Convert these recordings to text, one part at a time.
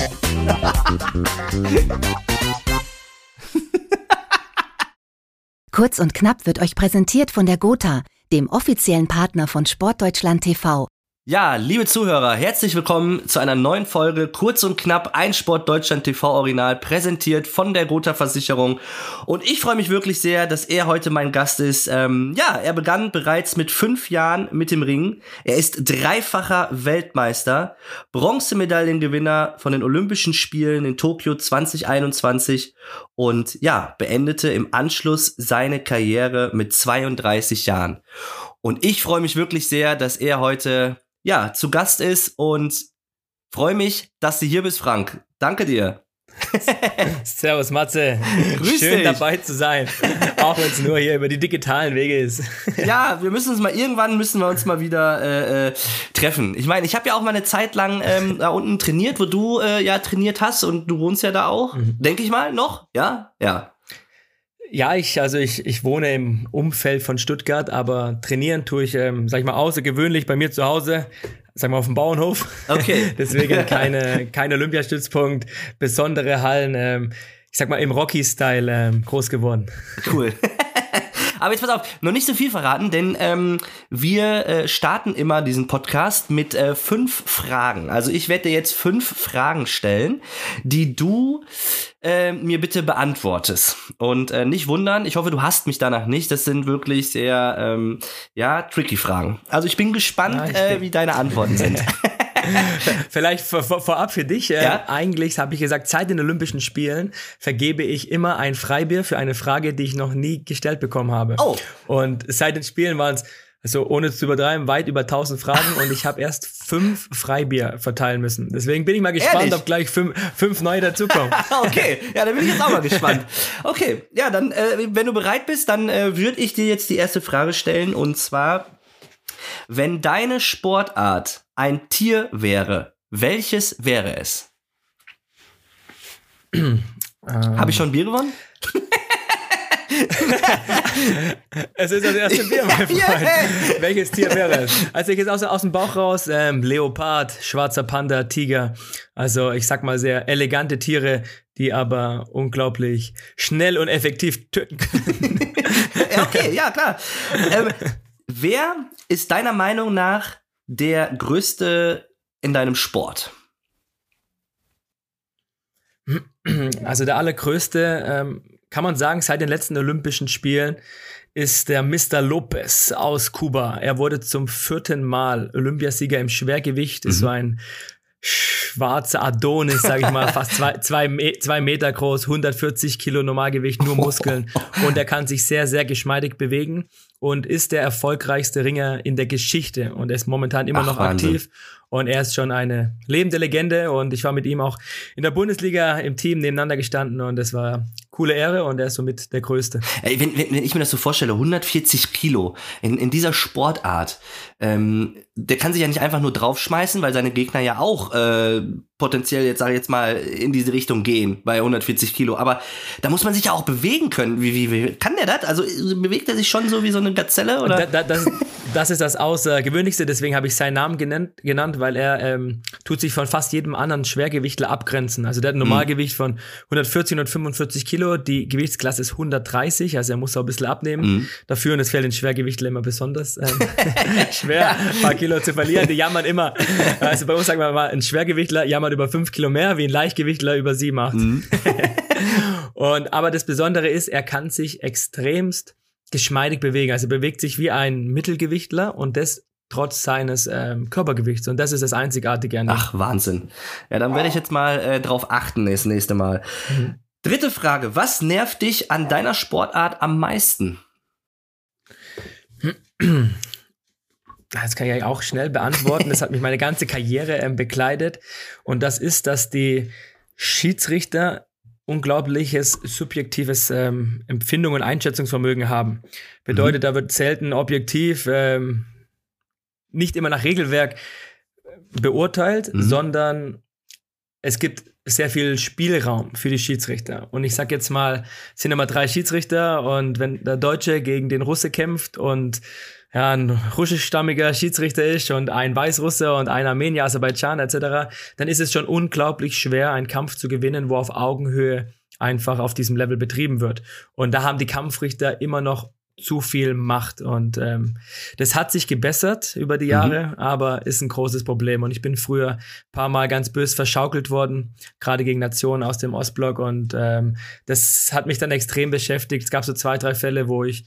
Kurz und knapp wird euch präsentiert von der Gotha, dem offiziellen Partner von Sportdeutschland TV. Ja, liebe Zuhörer, herzlich willkommen zu einer neuen Folge Kurz und Knapp, ein Sportdeutschland TV Original, präsentiert von der Gotha Versicherung. Und ich freue mich wirklich sehr, dass er heute mein Gast ist. Er begann bereits mit 5 Jahren mit dem Ringen. Er ist dreifacher Weltmeister, Bronzemedaillengewinner von den Olympischen Spielen in Tokio 2021 und beendete im Anschluss seine Karriere mit 32 Jahren. Und ich freue mich wirklich sehr, dass er heute zu Gast ist und freue mich, dass du hier bist, Frank. Danke dir. Servus, Matze. Schön dich. Dabei zu sein, auch wenn es nur hier über die digitalen Wege ist. Ja, irgendwann müssen wir uns mal wieder treffen. Ich meine, ich habe ja auch mal eine Zeit lang da unten trainiert, wo du trainiert hast und du wohnst ja da auch, denke ich mal, noch, ja? Ja. Ja, ich wohne im Umfeld von Stuttgart, aber trainieren tue ich, außergewöhnlich bei mir zu Hause, auf dem Bauernhof. Okay. Deswegen kein Olympiastützpunkt, besondere Hallen, im Rocky-Style groß geworden. Cool. Aber jetzt pass auf, noch nicht so viel verraten, denn wir starten immer diesen Podcast mit 5 Fragen. Also ich werde dir jetzt 5 Fragen stellen, die du mir bitte beantwortest. Und nicht wundern, ich hoffe, du hasst mich danach nicht. Das sind wirklich sehr, tricky Fragen. Also ich bin gespannt, wie deine Antworten sind. Vielleicht vorab für dich. Eigentlich habe ich gesagt, seit den Olympischen Spielen vergebe ich immer ein Freibier für eine Frage, die ich noch nie gestellt bekommen habe. Oh. Und seit den Spielen waren es, also ohne zu übertreiben, weit über 1000 Fragen und ich habe erst 5 Freibier verteilen müssen. Deswegen bin ich mal gespannt, ob gleich 5 neue dazukommen. Okay, ja, dann bin ich jetzt auch mal gespannt. Okay, ja, dann, wenn du bereit bist, dann würde ich dir jetzt die erste Frage stellen und zwar: Wenn deine Sportart ein Tier wäre, welches wäre es? Habe ich schon ein Bier gewonnen? Es ist das erste Bier, mein Freund. Yeah. Welches Tier wäre es? Also ich jetzt aus dem Bauch raus, Leopard, schwarzer Panda, Tiger. Also ich sag mal sehr elegante Tiere, die aber unglaublich schnell und effektiv töten können. Okay, ja klar. Wer ist deiner Meinung nach der Größte in deinem Sport? Also der allergrößte, kann man sagen, seit den letzten Olympischen Spielen ist der Mr. Lopez aus Kuba. Er wurde zum 4. Mal Olympiasieger im Schwergewicht. Das war ein schwarzer Adonis, sag ich mal, fast 2 Meter groß, 140 Kilo Normalgewicht, nur Muskeln. Und er kann sich sehr, sehr geschmeidig bewegen und ist der erfolgreichste Ringer in der Geschichte. Und er ist momentan immer noch aktiv. Und er ist schon eine lebende Legende. Und ich war mit ihm auch in der Bundesliga im Team nebeneinander gestanden. Und das war coole Ehre. Und er ist somit der Größte. Ey, wenn ich mir das so vorstelle, 140 Kilo in dieser Sportart, der kann sich ja nicht einfach nur draufschmeißen, weil seine Gegner ja auch potenziell, jetzt sage ich jetzt mal, in diese Richtung gehen bei 140 Kilo. Aber da muss man sich ja auch bewegen können. Wie kann der das? Also bewegt er sich schon so wie so eine Gazelle? Oder? Das ist das Außergewöhnlichste. Deswegen habe ich seinen Namen genannt, weil er tut sich von fast jedem anderen Schwergewichtler abgrenzen. Also der hat ein Normalgewicht von 140, 145 Kilo. Die Gewichtsklasse ist 130, also er muss auch ein bisschen abnehmen dafür. Und es fällt den Schwergewichtler immer besonders schwer, ein paar Kilo zu verlieren. Die jammern immer. Also bei uns sagen wir mal, ein Schwergewichtler jammert über 5 Kilo mehr, wie ein Leichtgewichtler über 7, 8. Aber das Besondere ist, er kann sich extremst geschmeidig bewegen. Also er bewegt sich wie ein Mittelgewichtler und das trotz seines Körpergewichts. Und das ist das Einzigartige an ihm. Ach, Wahnsinn. Ja, dann werde ich jetzt mal drauf achten das nächste Mal. 3. Frage. Was nervt dich an deiner Sportart am meisten? Das kann ich ja auch schnell beantworten. Das hat mich meine ganze Karriere begleitet. Und das ist, dass die Schiedsrichter unglaubliches subjektives Empfindung und Einschätzungsvermögen haben. Bedeutet, da wird selten objektiv, nicht immer nach Regelwerk beurteilt, sondern es gibt sehr viel Spielraum für die Schiedsrichter. Und ich sag jetzt mal, es sind immer 3 Schiedsrichter und wenn der Deutsche gegen den Russe kämpft und ja, ein russischstammiger Schiedsrichter ist und ein Weißrusse und ein Armenier, Aserbaidschan etc., dann ist es schon unglaublich schwer, einen Kampf zu gewinnen, wo auf Augenhöhe einfach auf diesem Level betrieben wird. Und da haben die Kampfrichter immer noch zu viel Macht. Und das hat sich gebessert über die Jahre, aber ist ein großes Problem. Und ich bin früher ein paar Mal ganz böse verschaukelt worden, gerade gegen Nationen aus dem Ostblock. Und das hat mich dann extrem beschäftigt. Es gab so 2, 3 Fälle, wo ich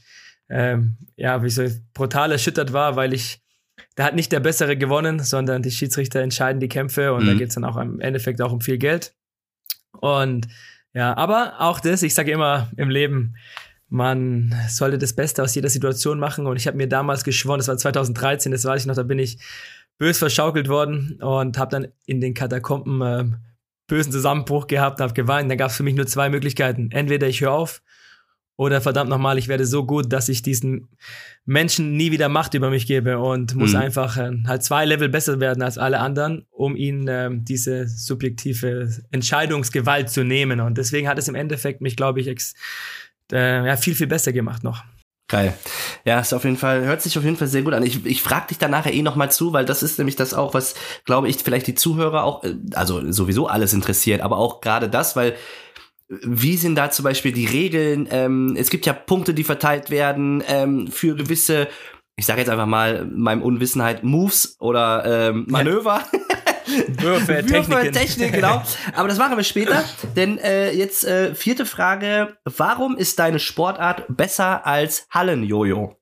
brutal erschüttert war, weil da hat nicht der Bessere gewonnen, sondern die Schiedsrichter entscheiden die Kämpfe und da geht es dann auch im Endeffekt auch um viel Geld. Und ja, aber auch das, ich sage immer im Leben, man sollte das Beste aus jeder Situation machen und ich habe mir damals geschworen, das war 2013, das weiß ich noch, da bin ich bös verschaukelt worden und habe dann in den Katakomben bösen Zusammenbruch gehabt, habe geweint. Dann gab es für mich nur 2 Möglichkeiten. Entweder ich höre auf oder verdammt nochmal, ich werde so gut, dass ich diesen Menschen nie wieder Macht über mich gebe und muss einfach halt 2 Level besser werden als alle anderen, um ihnen diese subjektive Entscheidungsgewalt zu nehmen. Und deswegen hat es im Endeffekt mich, glaube ich, viel, viel besser gemacht noch. Geil. Ja, hört sich auf jeden Fall sehr gut an. Ich frage dich da nachher nochmal zu, weil das ist nämlich das auch, was, glaube ich, vielleicht die Zuhörer auch, also sowieso alles interessiert, aber auch gerade das, weil wie sind da zum Beispiel die Regeln? Es gibt ja Punkte, die verteilt werden für gewisse, ich sage jetzt einfach mal, meinem Unwissenheit, Moves oder Manöver. Würfe, Technik, genau. Aber das machen wir später, denn jetzt 4. Frage. Warum ist deine Sportart besser als Hallenjojo?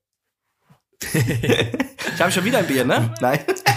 Ich habe schon wieder ein Bier, ne? Nein.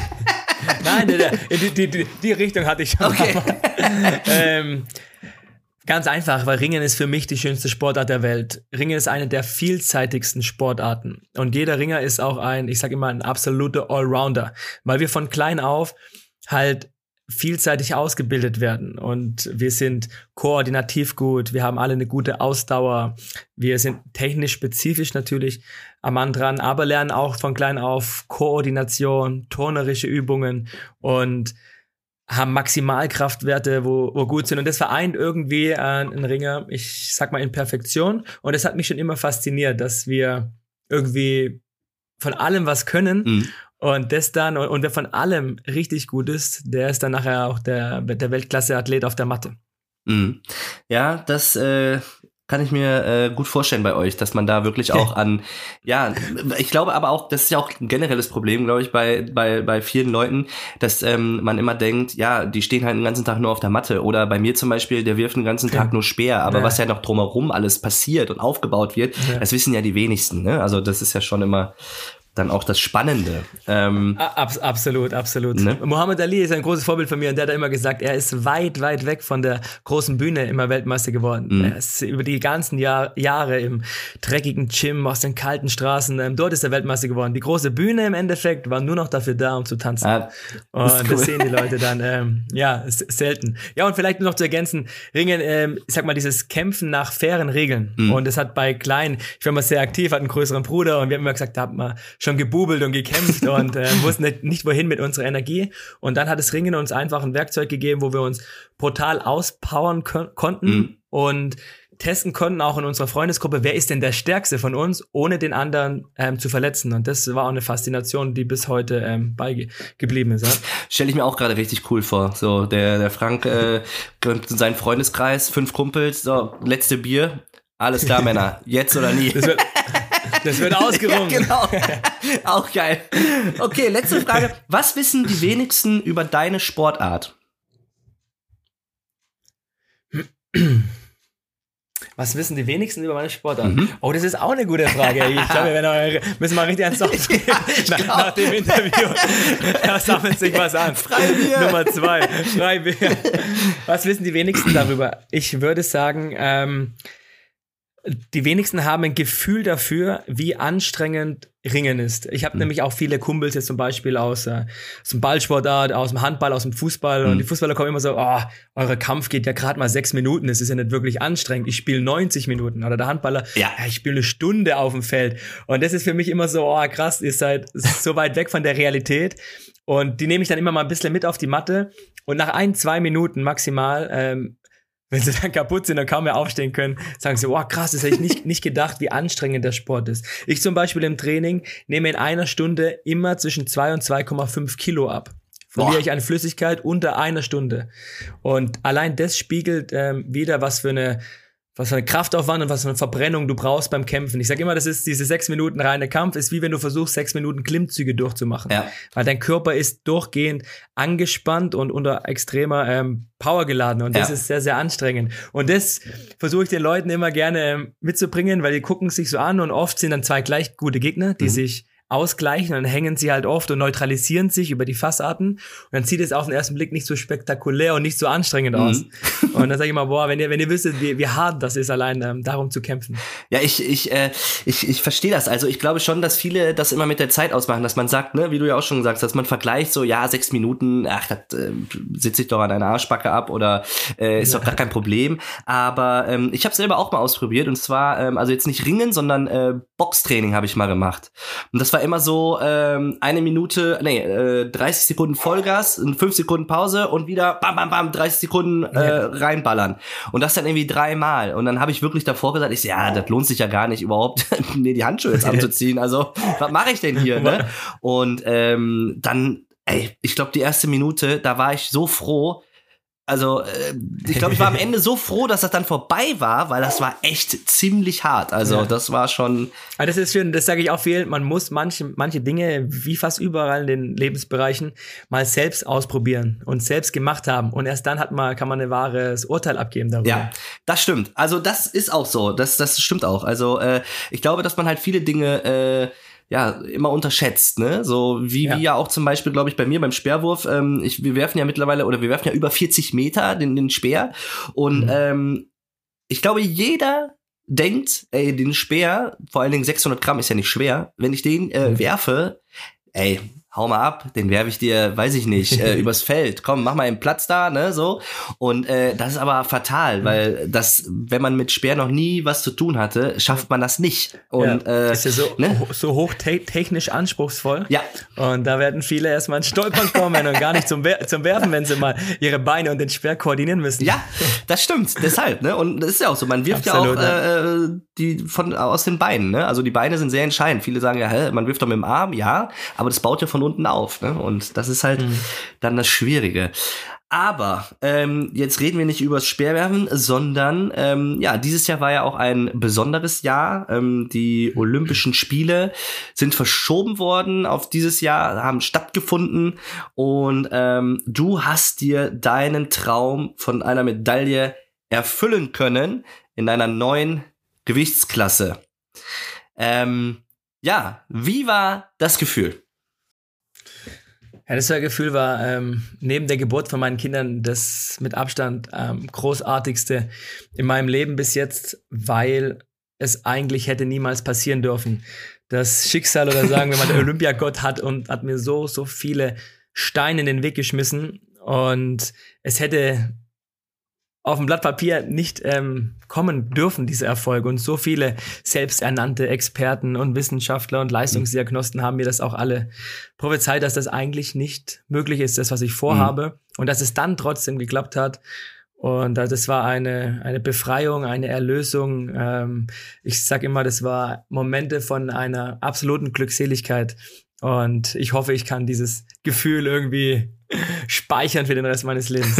Nein, die Richtung hatte ich schon. Okay. Ganz einfach, weil Ringen ist für mich die schönste Sportart der Welt. Ringen ist eine der vielseitigsten Sportarten. Und jeder Ringer ist auch ein absoluter Allrounder. Weil wir von klein auf halt vielseitig ausgebildet werden. Und wir sind koordinativ gut, wir haben alle eine gute Ausdauer, wir sind technisch spezifisch natürlich am Mann dran, aber lernen auch von klein auf Koordination, turnerische Übungen und haben Maximalkraftwerte, wo gut sind. Und das vereint irgendwie einen Ringer, ich sag mal, in Perfektion. Und das hat mich schon immer fasziniert, dass wir irgendwie von allem was können. Und das dann, und wer von allem richtig gut ist, der ist dann nachher auch der Weltklasse-Athlet auf der Matte. Ja, das kann ich mir gut vorstellen bei euch, dass man da wirklich auch ich glaube aber auch, das ist ja auch ein generelles Problem, glaube ich, bei vielen Leuten, dass man immer denkt, ja, die stehen halt den ganzen Tag nur auf der Matte oder bei mir zum Beispiel, der wirft den ganzen Tag nur Speer, aber was ja noch drumherum alles passiert und aufgebaut wird, das wissen ja die wenigsten, ne? Also das ist ja schon immer dann auch das Spannende. Absolut. Ne? Muhammad Ali ist ein großes Vorbild von mir und der hat immer gesagt, er ist weit, weit weg von der großen Bühne immer Weltmeister geworden. Er ist über die ganzen Jahre im dreckigen Gym aus den kalten Straßen, dort ist er Weltmeister geworden. Die große Bühne im Endeffekt war nur noch dafür da, um zu tanzen. Und cool. Das sehen die Leute dann, selten. Ja, und vielleicht noch zu ergänzen, Ringen, ich sag mal, dieses Kämpfen nach fairen Regeln. Und das hat bei Kleinen, ich war mal sehr aktiv, hatte einen größeren Bruder und wir haben immer gesagt, da hat man schon gebubelt und gekämpft und wussten nicht wohin mit unserer Energie. Und dann hat das Ringen uns einfach ein Werkzeug gegeben, wo wir uns brutal auspowern konnten und testen konnten, auch in unserer Freundesgruppe, wer ist denn der Stärkste von uns, ohne den anderen zu verletzen. Und das war auch eine Faszination, die bis heute beigeblieben ist. Ja? Stelle ich mir auch gerade richtig cool vor. So, der Frank gehört in seinen Freundeskreis, 5 Kumpels, so, letzte Bier, alles klar, Männer, jetzt oder nie. Das wird ausgerungen. Ja, genau. Auch geil. Okay, letzte Frage. Was wissen die wenigsten über deine Sportart? Was wissen die wenigsten über meine Sportart? Oh, das ist auch eine gute Frage. Ich glaube, wir müssen mal richtig ans Soft gehen. Nach dem Interview. Da sammelt sich was an. Freibier. Nummer 2. Freibier. Was wissen die wenigsten darüber? Ich würde sagen, die wenigsten haben ein Gefühl dafür, wie anstrengend Ringen ist. Ich habe nämlich auch viele Kumpels jetzt zum Beispiel aus dem Ballsportart, aus dem Handball, aus dem Fußball und die Fußballer kommen immer so, euer Kampf geht ja gerade mal 6 Minuten, das ist ja nicht wirklich anstrengend, ich spiele 90 Minuten oder der Handballer, ich spiele 1 Stunde auf dem Feld und das ist für mich immer so, krass, ihr seid so weit weg von der Realität und die nehme ich dann immer mal ein bisschen mit auf die Matte Und nach 1-2 Minuten maximal, wenn sie dann kaputt sind und kaum mehr aufstehen können, sagen sie, wow, krass, das hätte ich nicht gedacht, wie anstrengend der Sport ist. Ich zum Beispiel im Training nehme in einer Stunde immer zwischen 2 und 2,5 Kilo ab. Verliere ich an Flüssigkeit unter einer Stunde. Und allein das spiegelt wieder, was für eine Kraftaufwand und was für eine Verbrennung du brauchst beim Kämpfen. Ich sage immer, das ist diese 6 Minuten reine Kampf, ist wie wenn du versuchst, 6 Minuten Klimmzüge durchzumachen. Ja. Weil dein Körper ist durchgehend angespannt und unter extremer Power geladen. Und das ist sehr, sehr anstrengend. Und das versuche ich den Leuten immer gerne mitzubringen, weil die gucken sich so an und oft sind dann 2 gleich gute Gegner, die sich ausgleichen, dann hängen sie halt oft und neutralisieren sich über die Fassarten und dann sieht es auf den ersten Blick nicht so spektakulär und nicht so anstrengend aus. Und dann sage ich mal, boah, wenn ihr wüsstet, wie hart das ist, allein darum zu kämpfen. Ja, ich verstehe das. Also ich glaube schon, dass viele das immer mit der Zeit ausmachen, dass man sagt, ne, wie du ja auch schon gesagt hast, dass man vergleicht so, ja, 6 Minuten, ach, das sitze ich doch an einer Arschbacke ab oder ist doch gar kein Problem. Aber ich habe selber auch mal ausprobiert und zwar, also jetzt nicht Ringen, sondern Boxtraining habe ich mal gemacht. Und das war immer so 1 Minute, 30 Sekunden Vollgas, 5 Sekunden Pause und wieder bam, bam, bam, 30 Sekunden reinballern. Und das dann irgendwie 3-mal. Und dann habe ich wirklich davor gesagt, das lohnt sich ja gar nicht überhaupt, mir die Handschuhe jetzt anzuziehen. Also, was mache ich denn hier, ne? Und dann, ich glaube, die erste Minute, da war ich so froh. Also, ich glaube, ich war am Ende so froh, dass das dann vorbei war, weil das war echt ziemlich hart. Also, das war schon... Aber das ist schön, das sage ich auch viel. Man muss manche Dinge, wie fast überall in den Lebensbereichen, mal selbst ausprobieren und selbst gemacht haben. Und erst dann kann man ein wahres Urteil abgeben darüber. Ja, das stimmt. Also, das ist auch so. Das stimmt auch. Also, ich glaube, dass man halt viele Dinge... immer unterschätzt, ne? So wie ja auch zum Beispiel, glaube ich, bei mir beim Speerwurf, wir werfen ja mittlerweile, oder wir werfen ja über 40 Meter den Speer und ich glaube, jeder denkt, den Speer, vor allen Dingen 600 Gramm ist ja nicht schwer, wenn ich den werfe, hau mal ab, den werfe ich dir, weiß ich nicht, übers Feld. Komm, mach mal einen Platz da, ne, so. Und das ist aber fatal, weil wenn man mit Speer noch nie was zu tun hatte, schafft man das nicht. Und ist ja so hochtechnisch anspruchsvoll. Ja. Und da werden viele erstmal ins Stolpern kommen und gar nicht zum Werfen, wenn sie mal ihre Beine und den Speer koordinieren müssen. Ja, das stimmt. Deshalb, ne? Und das ist ja auch so, man wirft absolut, ja auch aus den Beinen, ne? Also die Beine sind sehr entscheidend. Viele sagen ja, man wirft doch mit dem Arm, ja, aber das baut ja von unten auf, ne? Und das ist halt dann das Schwierige. Aber jetzt reden wir nicht über das Speerwerfen, sondern dieses Jahr war ja auch ein besonderes Jahr. Die Olympischen Spiele sind verschoben worden auf dieses Jahr, haben stattgefunden und du hast dir deinen Traum von einer Medaille erfüllen können in deiner neuen Gewichtsklasse. Wie war das Gefühl? Ja, das Gefühl war neben der Geburt von meinen Kindern das mit Abstand großartigste in meinem Leben bis jetzt, weil es eigentlich hätte niemals passieren dürfen. Das Schicksal oder sagen wir mal der Olympiagott hat mir so viele Steine in den Weg geschmissen und es hätte auf dem Blatt Papier nicht kommen dürfen, diese Erfolge. Und so viele selbsternannte Experten und Wissenschaftler und Leistungsdiagnosten haben mir das auch alle prophezeit, dass das eigentlich nicht möglich ist, das, was ich vorhabe. Und dass es dann trotzdem geklappt hat. Und das war eine Befreiung, eine Erlösung. Ich sag immer, das war Momente von einer absoluten Glückseligkeit. Und ich hoffe, ich kann dieses Gefühl irgendwie speichern für den Rest meines Lebens.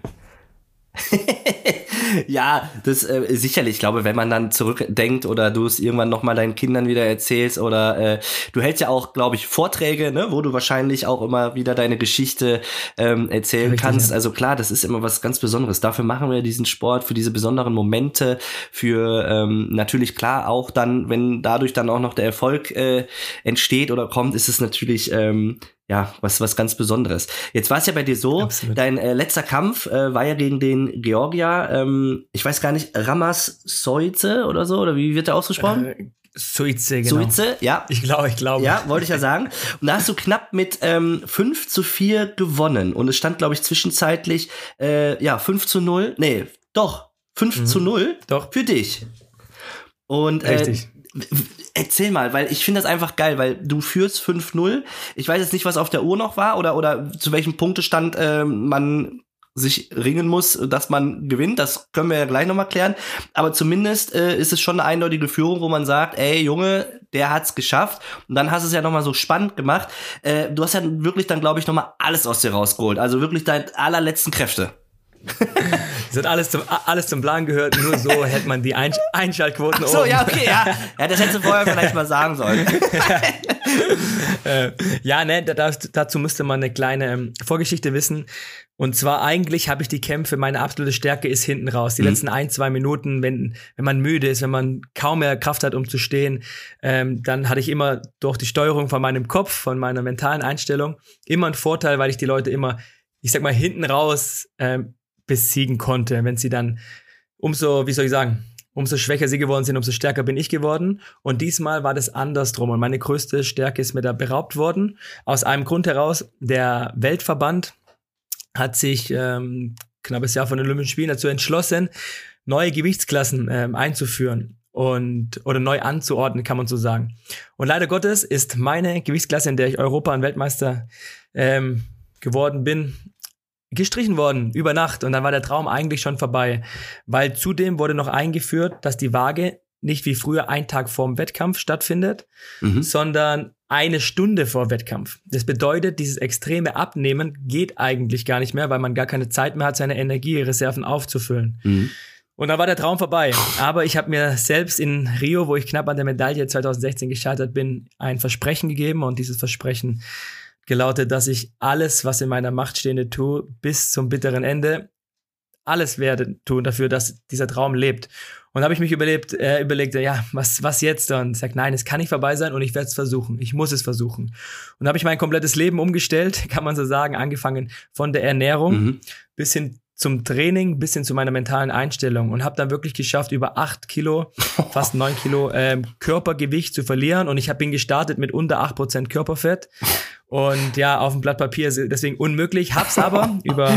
Ja, das sicherlich. Ich glaube, wenn man dann zurückdenkt oder du es irgendwann nochmal deinen Kindern wieder erzählst oder du hältst ja auch, glaube ich, Vorträge, ne, wo du wahrscheinlich auch immer wieder deine Geschichte erzählen kannst. Ja. Also klar, das ist immer was ganz Besonderes. Dafür machen wir diesen Sport, für diese besonderen Momente, für natürlich klar auch dann, wenn dadurch dann auch noch der Erfolg entsteht oder kommt, ist es natürlich was ganz Besonderes. Jetzt war es ja bei dir so, absolut. Dein letzter Kampf war ja gegen den Georgier, ich weiß gar nicht, Ramassoize oder so, oder wie wird der ausgesprochen? Soize, genau. Soize, ja. Ich glaube. Ja, wollte ich ja sagen. Und da hast du knapp mit 5-4 gewonnen. Und es stand, glaube ich, zwischenzeitlich 5-0. Nee, doch, 5-0 doch. Für dich. Und Richtig. Erzähl mal, weil ich finde das einfach geil, weil du führst 5-0. Ich weiß jetzt nicht, was auf der Uhr noch war oder zu welchem Punktestand man sich ringen muss, dass man gewinnt. Das können wir ja gleich nochmal klären. Aber zumindest ist es schon eine eindeutige Führung, wo man sagt, ey Junge, der hat's geschafft. Und dann hast du es ja nochmal so spannend gemacht. Du hast ja wirklich dann, glaube ich, nochmal alles aus dir rausgeholt. Also wirklich deine allerletzten Kräfte. Das hat alles zum Plan gehört, nur so hätte man die Einschaltquoten oben. So, ja, okay, ja. Ja, das hättest du vorher vielleicht mal sagen sollen. Ja, ne, dazu müsste man eine kleine Vorgeschichte wissen. Und zwar eigentlich habe ich die Kämpfe, meine absolute Stärke ist hinten raus. Die letzten 1-2 Minuten, wenn man müde ist, wenn man kaum mehr Kraft hat, um zu stehen, dann hatte ich immer durch die Steuerung von meinem Kopf, von meiner mentalen Einstellung, immer einen Vorteil, weil ich die Leute immer, ich sag mal, hinten raus besiegen konnte. Wenn sie dann umso schwächer sie geworden sind, umso stärker bin ich geworden. Und diesmal war das andersrum. Und meine größte Stärke ist mir da beraubt worden. Aus einem Grund heraus, der Weltverband hat sich knappes Jahr von den Olympischen Spielen dazu entschlossen, neue Gewichtsklassen einzuführen oder neu anzuordnen, kann man so sagen. Und leider Gottes ist meine Gewichtsklasse, in der ich Europa- und Weltmeister geworden bin, gestrichen worden über Nacht. Und dann war der Traum eigentlich schon vorbei, weil zudem wurde noch eingeführt, dass die Waage nicht wie früher einen Tag vorm Wettkampf stattfindet, sondern eine Stunde vor Wettkampf. Das bedeutet, dieses extreme Abnehmen geht eigentlich gar nicht mehr, weil man gar keine Zeit mehr hat, seine Energiereserven aufzufüllen. Und dann war der Traum vorbei. Aber ich habe mir selbst in Rio, wo ich knapp an der Medaille 2016 gescheitert bin, ein Versprechen gegeben. Und dieses Versprechen gelautet, dass ich alles, was in meiner Macht Stehende tue, bis zum bitteren Ende, alles werde tun dafür, dass dieser Traum lebt. Und habe ich mich überlegt, ja, was jetzt? Und sag, nein, es kann nicht vorbei sein und ich werde es versuchen. Ich muss es versuchen. Und habe ich mein komplettes Leben umgestellt, kann man so sagen, angefangen von der Ernährung bis hin zum Training, bis hin zu meiner mentalen Einstellung und habe dann wirklich geschafft, über 8 Kilo, fast 9 Kilo Körpergewicht zu verlieren. Und ich bin gestartet mit unter 8% Körperfett. Und ja, auf dem Blatt Papier ist deswegen unmöglich. Hab's aber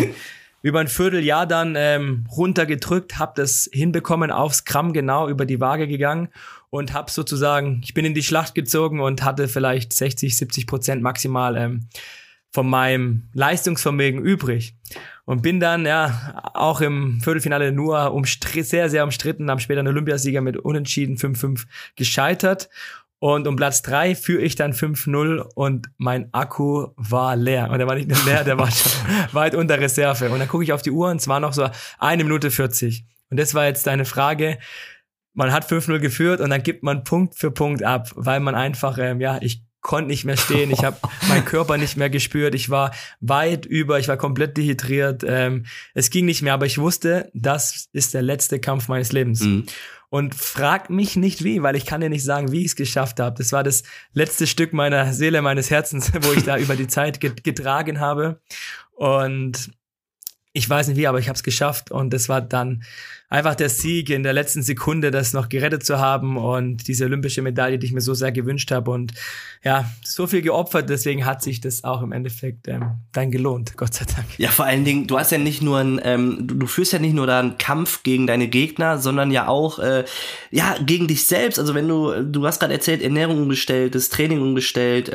über ein Vierteljahr dann runtergedrückt, hab das hinbekommen, aufs Gramm genau über die Waage gegangen und hab sozusagen, ich bin in die Schlacht gezogen und hatte vielleicht 60-70% maximal von meinem Leistungsvermögen übrig. Und bin dann ja auch im Viertelfinale nur sehr, sehr umstritten, am später Olympiasieger mit Unentschieden 5-5 gescheitert. Und um Platz 3 führe ich dann 5-0 und mein Akku war leer. Und der war nicht nur leer, der war schon weit unter Reserve. Und dann gucke ich auf die Uhr und es war noch so 1 Minute 40. Und das war jetzt deine Frage. Man hat 5-0 geführt und dann gibt man Punkt für Punkt ab, weil man einfach, ich konnte nicht mehr stehen, ich habe meinen Körper nicht mehr gespürt, ich war ich war komplett dehydriert, es ging nicht mehr, aber ich wusste, das ist der letzte Kampf meines Lebens. Und frag mich nicht wie, weil ich kann dir nicht sagen, wie ich es geschafft habe. Das war das letzte Stück meiner Seele, meines Herzens, wo ich da über die Zeit getragen habe. Und ich weiß nicht wie, aber ich habe es geschafft. Und das war dann einfach der Sieg in der letzten Sekunde, das noch gerettet zu haben und diese olympische Medaille, die ich mir so sehr gewünscht habe. Und ja, so viel geopfert, deswegen hat sich das auch im Endeffekt dann gelohnt, Gott sei Dank. Ja, vor allen Dingen, du hast ja nicht nur du führst ja nicht nur da einen Kampf gegen deine Gegner, sondern ja auch gegen dich selbst. Also wenn du hast gerade erzählt, Ernährung umgestellt, das Training umgestellt,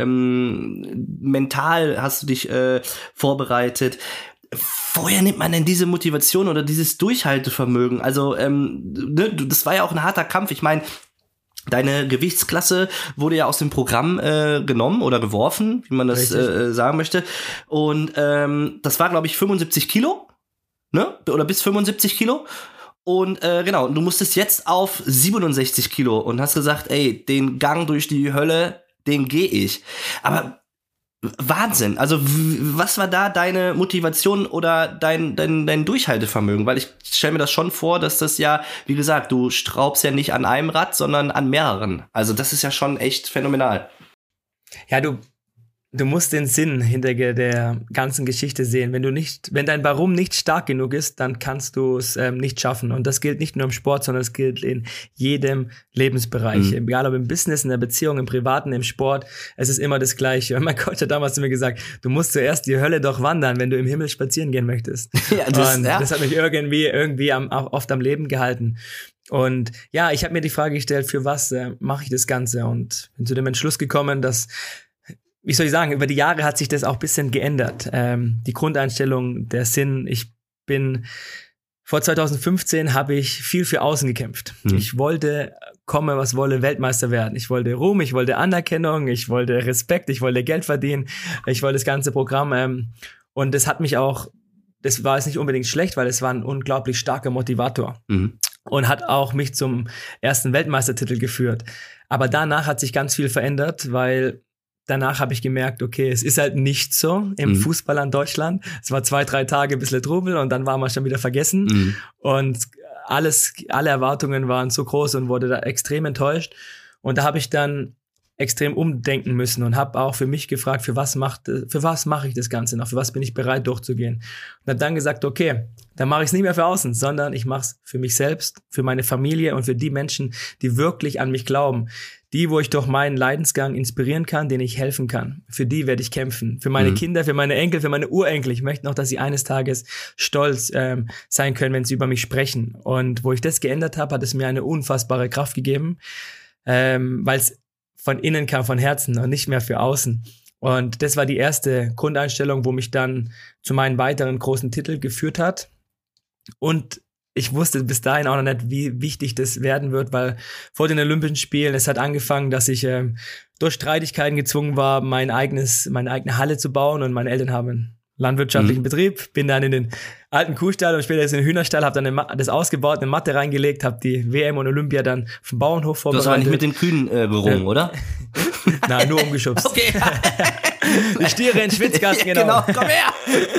mental hast du dich vorbereitet. Woher nimmt man denn diese Motivation oder dieses Durchhaltevermögen? Also, das war ja auch ein harter Kampf. Ich meine, deine Gewichtsklasse wurde ja aus dem Programm genommen oder geworfen, wie man das sagen möchte. Und das war, glaube ich, 75 Kilo, ne? Oder bis 75 Kilo. Und genau, du musstest jetzt auf 67 Kilo und hast gesagt, ey, den Gang durch die Hölle, den gehe ich. Aber Wahnsinn. Also was war da deine Motivation oder dein Durchhaltevermögen? Weil ich stelle mir das schon vor, dass das ja, wie gesagt, du schraubst ja nicht an einem Rad, sondern an mehreren. Also das ist ja schon echt phänomenal. Ja, du musst den Sinn hinter der ganzen Geschichte sehen. Wenn dein Warum nicht stark genug ist, dann kannst du es nicht schaffen. Und das gilt nicht nur im Sport, sondern es gilt in jedem Lebensbereich. Egal ob im Business, in der Beziehung, im Privaten, im Sport. Es ist immer das Gleiche. Und mein Coach hat damals zu mir gesagt, du musst zuerst die Hölle durchwandern, wenn du im Himmel spazieren gehen möchtest. Das hat mich irgendwie auch oft am Leben gehalten. Und ja, ich habe mir die Frage gestellt, für was mache ich das Ganze? Und bin zu dem Entschluss gekommen, dass, wie soll ich sagen, über die Jahre hat sich das auch ein bisschen geändert. Die Grundeinstellung, der Sinn. Vor 2015 habe ich viel für Außen gekämpft. Ich wollte, komme was wolle, Weltmeister werden. Ich wollte Ruhm, ich wollte Anerkennung, ich wollte Respekt, ich wollte Geld verdienen, ich wollte das ganze Programm. Und das hat mich auch, das war jetzt nicht unbedingt schlecht, weil es war ein unglaublich starker Motivator. Und hat auch mich zum ersten Weltmeistertitel geführt. Aber danach hat sich ganz viel verändert, weil danach habe ich gemerkt, okay, es ist halt nicht so im Fußball an Deutschland. Es war 2-3 Tage ein bisschen Trubel und dann war man schon wieder vergessen. Und alle Erwartungen waren so groß und wurde da extrem enttäuscht. Und da habe ich dann extrem umdenken müssen und habe auch für mich gefragt, für was mache ich das Ganze noch, für was bin ich bereit durchzugehen. Und habe dann gesagt, okay, dann mache ich es nicht mehr für außen, sondern ich mache es für mich selbst, für meine Familie und für die Menschen, die wirklich an mich glauben. Die, wo ich durch meinen Leidensgang inspirieren kann, denen ich helfen kann. Für die werde ich kämpfen. Für meine Kinder, für meine Enkel, für meine Urenkel. Ich möchte noch, dass sie eines Tages stolz sein können, wenn sie über mich sprechen. Und wo ich das geändert habe, hat es mir eine unfassbare Kraft gegeben, weil es von innen kam, von Herzen und nicht mehr für außen. Und das war die erste Grundeinstellung, wo mich dann zu meinen weiteren großen Titeln geführt hat. Und ich wusste bis dahin auch noch nicht, wie wichtig das werden wird, weil vor den Olympischen Spielen, es hat angefangen, dass ich durch Streitigkeiten gezwungen war, meine eigene Halle zu bauen, und meine Eltern haben einen landwirtschaftlichen Betrieb, bin dann in den alten Kuhstall und später in den Hühnerstall, habe dann das ausgebaut, eine Matte reingelegt, habe die WM und Olympia dann vom Bauernhof vorbereitet. Du hast aber nicht mit den Kühen gerungen, oder? Nein, nur umgeschubst. Okay. Die Stiere in Schwitzkasten, genau. Komm her!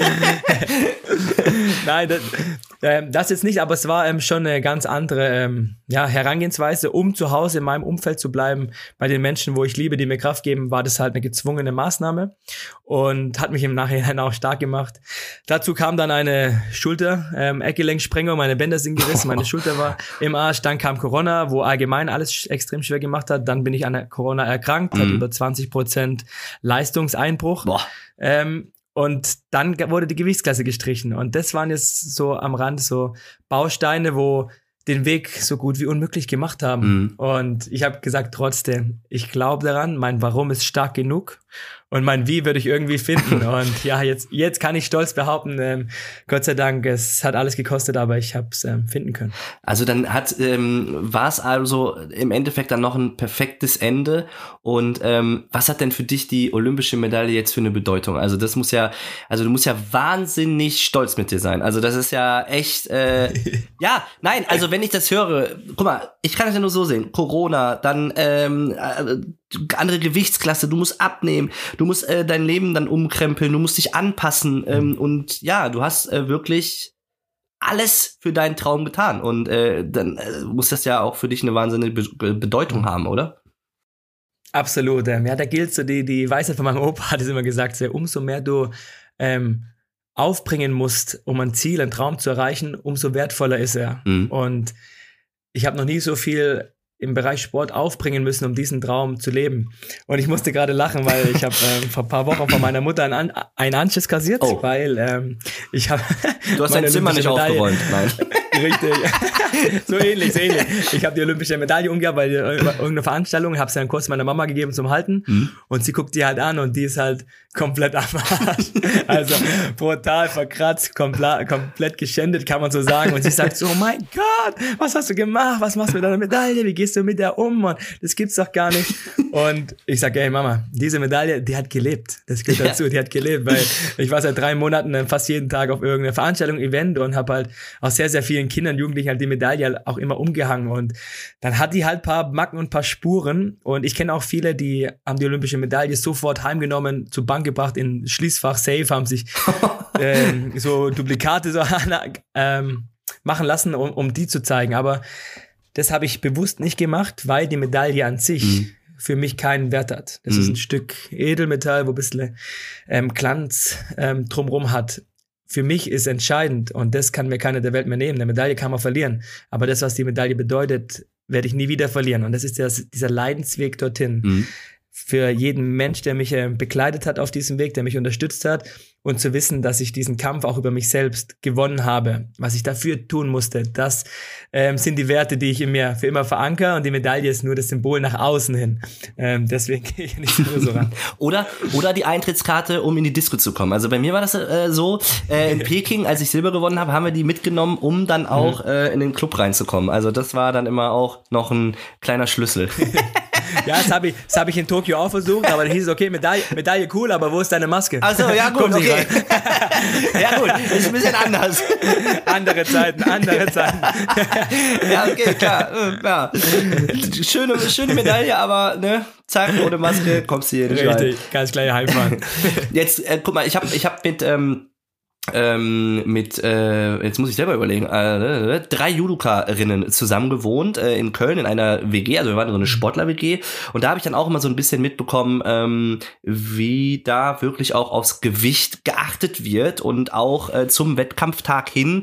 Nein, das jetzt nicht, aber es war schon eine ganz andere Herangehensweise, um zu Hause in meinem Umfeld zu bleiben. Bei den Menschen, wo ich liebe, die mir Kraft geben, war das halt eine gezwungene Maßnahme und hat mich im Nachhinein auch stark gemacht. Dazu kam dann eine Eckgelenksprengung, meine Bänder sind gerissen, meine Schulter war im Arsch. Dann kam Corona, wo allgemein alles extrem schwer gemacht hat. Dann bin ich an Corona erkrankt, hatte über 20% Leistungseinbruch. Und dann wurde die Gewichtsklasse gestrichen. Und das waren jetzt so am Rand so Bausteine, wo den Weg so gut wie unmöglich gemacht haben. Und ich habe gesagt, trotzdem, ich glaube daran, mein Warum ist stark genug und mein Wie würde ich irgendwie finden. Und ja, jetzt kann ich stolz behaupten, Gott sei Dank, es hat alles gekostet, aber ich habe es finden können. Also dann war es also im Endeffekt dann noch ein perfektes Ende. Und was hat denn für dich die olympische Medaille jetzt für eine Bedeutung? Also du musst ja wahnsinnig stolz mit dir sein. Also das ist ja echt, also wenn ich das höre, guck mal, ich kann es ja nur so sehen, Corona, dann andere Gewichtsklasse, du musst abnehmen, du musst dein Leben dann umkrempeln, du musst dich anpassen und ja, du hast wirklich alles für deinen Traum getan und dann muss das ja auch für dich eine wahnsinnige Bedeutung haben, oder? Absolut, da gilt so die Weisheit von meinem Opa, hat es immer gesagt, so, umso mehr du aufbringen musst, um ein Ziel, einen Traum zu erreichen, umso wertvoller ist er. Und ich habe noch nie so viel im Bereich Sport aufbringen müssen, um diesen Traum zu leben. Und ich musste gerade lachen, weil ich habe vor ein paar Wochen von meiner Mutter einen Anschiss kassiert, weil ich habe... Du hast dein Zimmer nicht aufgeräumt, nein. Richtig. So ähnlich. Ich habe die olympische Medaille umgehabt bei irgendeiner Veranstaltung, habe sie dann kurz meiner Mama gegeben zum Halten und sie guckt die halt an und die ist halt komplett am Arsch. Also brutal verkratzt, komplett geschändet, kann man so sagen. Und sie sagt so, oh mein Gott, was hast du gemacht? Was machst du mit deiner Medaille? Wie gehst du mit der um? Und das gibt's doch gar nicht. Und ich sage, hey Mama, diese Medaille, die hat gelebt. Das gehört dazu, die hat gelebt, weil ich war seit 3 Monaten fast jeden Tag auf irgendeiner Veranstaltung, Event und habe halt auch sehr, sehr vielen Kindern, Jugendlichen halt die Medaille auch immer umgehangen. Und dann hat die halt ein paar Macken und ein paar Spuren. Und ich kenne auch viele, die haben die olympische Medaille sofort heimgenommen, zur Bank gebracht, in Schließfach Safe, haben sich so Duplikate so machen lassen, um die zu zeigen. Aber das habe ich bewusst nicht gemacht, weil die Medaille an sich für mich keinen Wert hat. Das ist ein Stück Edelmetall, wo ein bisschen Glanz drumherum hat. Für mich ist entscheidend, und das kann mir keiner der Welt mehr nehmen. Eine Medaille kann man verlieren, aber das, was die Medaille bedeutet, werde ich nie wieder verlieren. Und das ist dieser Leidensweg dorthin. Für jeden Mensch, der mich begleitet hat auf diesem Weg, der mich unterstützt hat, und zu wissen, dass ich diesen Kampf auch über mich selbst gewonnen habe, was ich dafür tun musste, das sind die Werte, die ich in mir für immer verankere, und die Medaille ist nur das Symbol nach außen hin. Deswegen gehe ich nicht so ran. Oder die Eintrittskarte, um in die Disco zu kommen. Also bei mir war das so, in Peking, als ich Silber gewonnen habe, haben wir die mitgenommen, um dann auch in den Club reinzukommen. Also das war dann immer auch noch ein kleiner Schlüssel. Ja, das hab ich in Tokio auch versucht, aber dann hieß es, okay, Medaille cool, aber wo ist deine Maske? Ach so, ja gut, okay. Ja gut, ist ein bisschen anders. Andere Zeiten. Ja, okay, klar. Ja. Schöne Medaille, aber ne, zack, ohne Maske kommst du hier nicht rein. Richtig, ganz gleich heimfahren. Jetzt, guck mal, ich hab jetzt muss ich selber überlegen, 3 Judokerinnen zusammen gewohnt in Köln in einer WG, also wir waren so eine Sportler-WG, und da habe ich dann auch immer so ein bisschen mitbekommen, wie da wirklich auch aufs Gewicht geachtet wird und auch zum Wettkampftag hin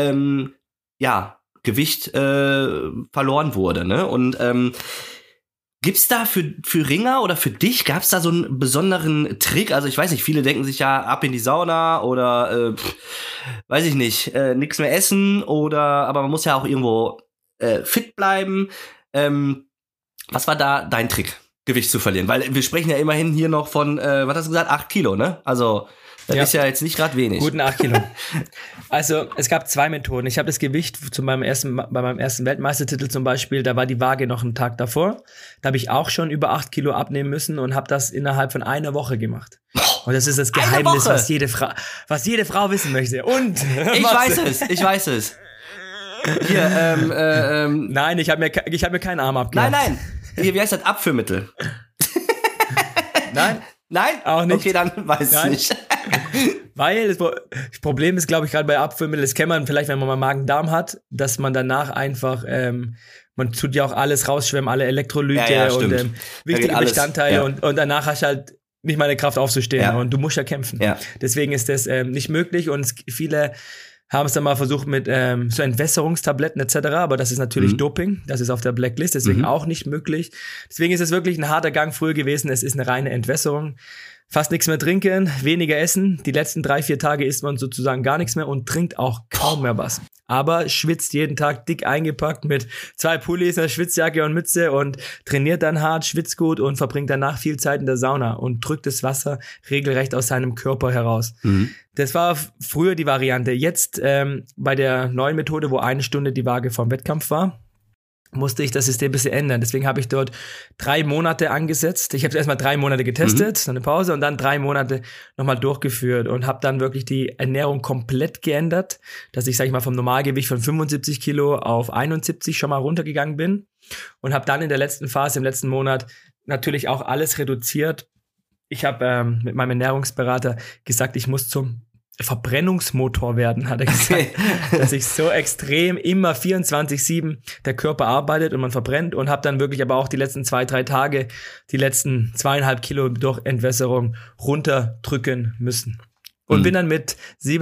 Gewicht verloren wurde, ne? Und gibt's da für Ringer oder für dich, gab's da so einen besonderen Trick? Also ich weiß nicht, viele denken sich ja ab in die Sauna oder weiß ich nicht, nichts mehr essen, aber man muss ja auch irgendwo fit bleiben. Was war da dein Trick, Gewicht zu verlieren? Weil wir sprechen ja immerhin hier noch von, was hast du gesagt, 8 Kilo, ne? Also das ist ja jetzt nicht gerade wenig. Guten 8 Kilo. Also es gab 2 Methoden. Ich habe das Gewicht bei meinem ersten Weltmeistertitel zum Beispiel, da war die Waage noch einen Tag davor. Da habe ich auch schon über 8 Kilo abnehmen müssen und habe das innerhalb von einer Woche gemacht. Und das ist das Geheimnis, was jede Frau wissen möchte. Und ich weiß es. Hier, Nein, ich hab mir keinen Arm abgemacht. Nein. Hier, wie heißt das? Abführmittel. Nein? Auch nicht. Okay, dann weiß ich nicht. Weil das Problem ist, glaube ich, gerade bei Abführmitteln, das kennt man vielleicht, wenn man mal Magen-Darm hat, dass man danach einfach, man tut ja auch alles rausschwemmen, alle Elektrolyte und wichtige Bestandteile und danach hast du halt nicht mal eine Kraft aufzustehen und du musst ja kämpfen. Ja. Deswegen ist das nicht möglich, und viele haben es dann mal versucht mit so Entwässerungstabletten etc., aber das ist natürlich Doping, das ist auf der Blacklist, deswegen auch nicht möglich. Deswegen ist es wirklich ein harter Gang früher gewesen, es ist eine reine Entwässerung. Fast nichts mehr trinken, weniger essen. Die letzten 3-4 Tage isst man sozusagen gar nichts mehr und trinkt auch kaum mehr was. Aber schwitzt jeden Tag dick eingepackt mit 2 Pullis, einer Schwitzjacke und Mütze und trainiert dann hart, schwitzt gut und verbringt danach viel Zeit in der Sauna und drückt das Wasser regelrecht aus seinem Körper heraus. Das war früher die Variante. Jetzt bei der neuen Methode, wo 1 Stunde die Waage vom Wettkampf war, musste ich das System ein bisschen ändern. Deswegen habe ich dort 3 Monate angesetzt. Ich habe erstmal 3 Monate getestet, dann eine Pause und dann 3 Monate nochmal durchgeführt und habe dann wirklich die Ernährung komplett geändert, dass ich, sag ich mal, vom Normalgewicht von 75 Kilo auf 71 schon mal runtergegangen bin und habe dann in der letzten Phase, im letzten Monat, natürlich auch alles reduziert. Ich habe mit meinem Ernährungsberater gesagt, ich muss zum Verbrennungsmotor werden, hat er gesagt, dass ich so extrem immer 24/7 der Körper arbeitet und man verbrennt, und habe dann wirklich aber auch die letzten 2-3 Tage, die letzten 2,5 Kilo durch Entwässerung runterdrücken müssen. Und bin dann mit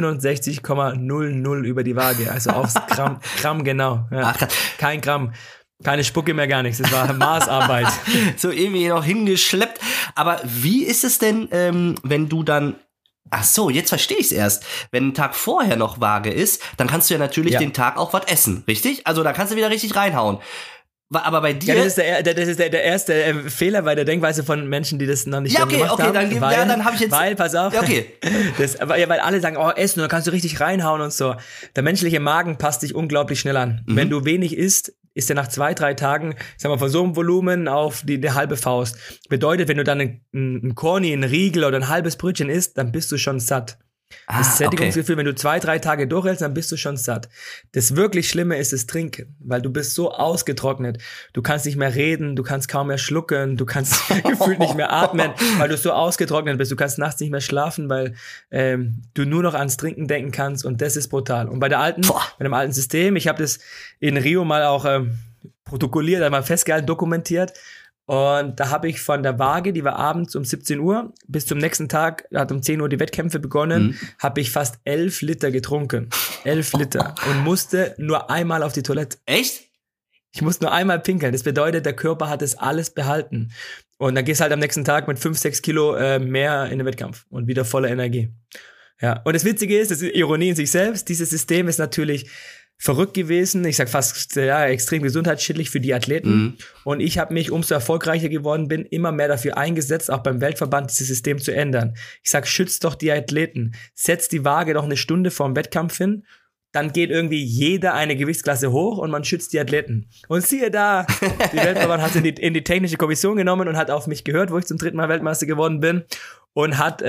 67,00 über die Waage, also aufs Gramm genau. Ja. Kein Gramm. Keine Spucke mehr, gar nichts. Das war Maßarbeit. So irgendwie noch hingeschleppt. Aber wie ist es denn, wenn du dann ach so, jetzt verstehe ich es erst. Wenn ein Tag vorher noch Waage ist, dann kannst du ja natürlich den Tag auch was essen, richtig? Also da kannst du wieder richtig reinhauen. Aber bei dir... Ja, das ist der erste Fehler bei der Denkweise von Menschen, die das noch nicht gemacht haben. Dann habe ich jetzt... Weil, pass auf, weil alle sagen, oh, essen, und dann kannst du richtig reinhauen und so. Der menschliche Magen passt sich unglaublich schnell an. Wenn du wenig isst, ist er nach 2-3 Tagen, sagen wir, von so einem Volumen auf die halbe Faust. Bedeutet, wenn du dann ein Corny, ein Riegel oder ein halbes Brötchen isst, dann bist du schon satt. Das Sättigungsgefühl, wenn du 2-3 Tage durchhältst, dann bist du schon satt. Das wirklich Schlimme ist das Trinken, weil du bist so ausgetrocknet. Du kannst nicht mehr reden, du kannst kaum mehr schlucken, du kannst gefühlt nicht mehr atmen, weil du so ausgetrocknet bist. Du kannst nachts nicht mehr schlafen, weil du nur noch ans Trinken denken kannst, und das ist brutal. Und bei dem alten System, ich habe das in Rio mal auch protokolliert, einmal festgehalten, dokumentiert. Und da habe ich von der Waage, die war abends um 17 Uhr, bis zum nächsten Tag, hat um 10 Uhr die Wettkämpfe begonnen, habe ich fast 11 Liter getrunken. 11 Liter. Und musste nur einmal auf die Toilette. Echt? Ich musste nur einmal pinkeln. Das bedeutet, der Körper hat es alles behalten. Und dann gehst du halt am nächsten Tag mit 5-6 Kilo mehr in den Wettkampf und wieder voller Energie. Ja. Und das Witzige ist, das ist Ironie in sich selbst, dieses System ist natürlich verrückt gewesen, ich sag fast extrem gesundheitsschädlich für die Athleten. Und ich habe mich, umso erfolgreicher geworden bin, immer mehr dafür eingesetzt, auch beim Weltverband dieses System zu ändern. Ich sag, schützt doch die Athleten, setzt die Waage doch eine Stunde vorm Wettkampf hin, dann geht irgendwie jeder eine Gewichtsklasse hoch und man schützt die Athleten. Und siehe da, die Weltverband hat es in die technische Kommission genommen und hat auf mich gehört, wo ich zum 3. Mal Weltmeister geworden bin, und hat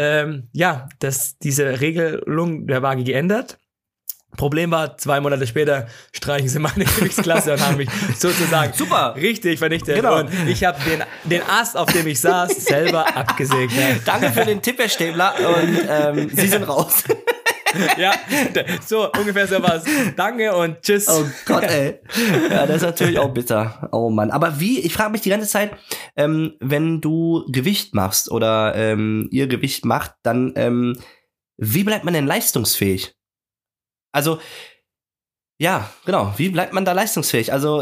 diese Regelung der Waage geändert. Problem war, 2 Monate später streichen sie meine Gewichtsklasse und haben mich sozusagen super richtig vernichtet. Genau. Und ich habe den Ast, auf dem ich saß, selber abgesägt. Ja. Danke für den Tipp, Herr Stäbler, und Sie sind raus. Ja, so ungefähr so was. Danke und tschüss. Oh Gott, ey. Ja, das ist natürlich auch bitter. Oh Mann. Aber ich frage mich die ganze Zeit, wenn du Gewicht machst oder ihr Gewicht macht, dann wie bleibt man denn leistungsfähig? Also, ja, genau. Wie bleibt man da leistungsfähig? Also,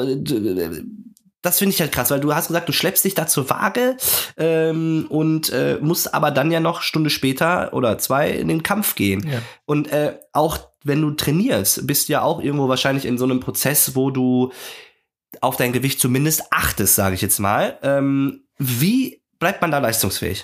das finde ich halt krass, weil du hast gesagt, du schleppst dich da zur Waage und musst aber dann ja noch Stunde später oder 2 in den Kampf gehen. Ja. Und auch wenn du trainierst, bist du ja auch irgendwo wahrscheinlich in so einem Prozess, wo du auf dein Gewicht zumindest achtest, sage ich jetzt mal. Wie bleibt man da leistungsfähig?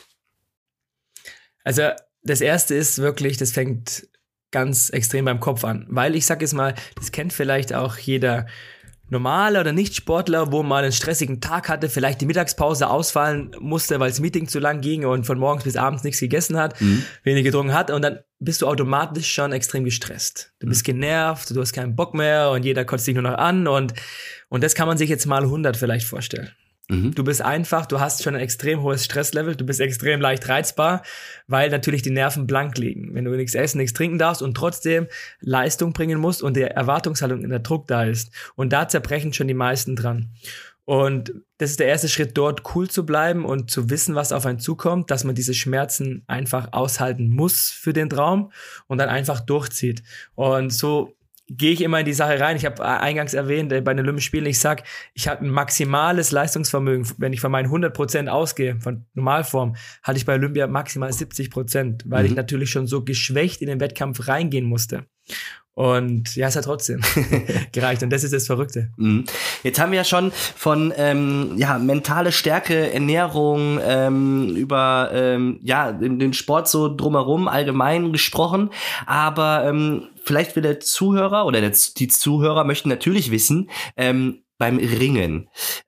Also, das Erste ist wirklich, das fängt ganz extrem beim Kopf an. Weil ich sag jetzt mal, das kennt vielleicht auch jeder Normale oder Nicht-Sportler, wo man einen stressigen Tag hatte, vielleicht die Mittagspause ausfallen musste, weil das Meeting zu lang ging und von morgens bis abends nichts gegessen hat, wenig getrunken hat, und dann bist du automatisch schon extrem gestresst. Du bist genervt, du hast keinen Bock mehr und jeder kotzt dich nur noch an, und das kann man sich jetzt mal 100 vielleicht vorstellen. Du bist einfach, du hast schon ein extrem hohes Stresslevel, du bist extrem leicht reizbar, weil natürlich die Nerven blank liegen. Wenn du nichts essen, nichts trinken darfst und trotzdem Leistung bringen musst und der Erwartungshaltung und der Druck da ist. Und da zerbrechen schon die meisten dran. Und das ist der erste Schritt, dort cool zu bleiben und zu wissen, was auf einen zukommt, dass man diese Schmerzen einfach aushalten muss für den Traum und dann einfach durchzieht. Und so gehe ich immer in die Sache rein. Ich habe eingangs erwähnt, bei den Olympischen Spielen, ich sag, ich hatte ein maximales Leistungsvermögen. Wenn ich von meinen 100% ausgehe, von Normalform, hatte ich bei Olympia maximal 70%, weil ich natürlich schon so geschwächt in den Wettkampf reingehen musste. Und ja, es hat trotzdem gereicht. Und das ist das Verrückte. Jetzt haben wir ja schon von mentale Stärke, Ernährung, über den Sport so drumherum allgemein gesprochen. Aber vielleicht will der Zuhörer oder die Zuhörer möchten natürlich wissen, beim Ringen.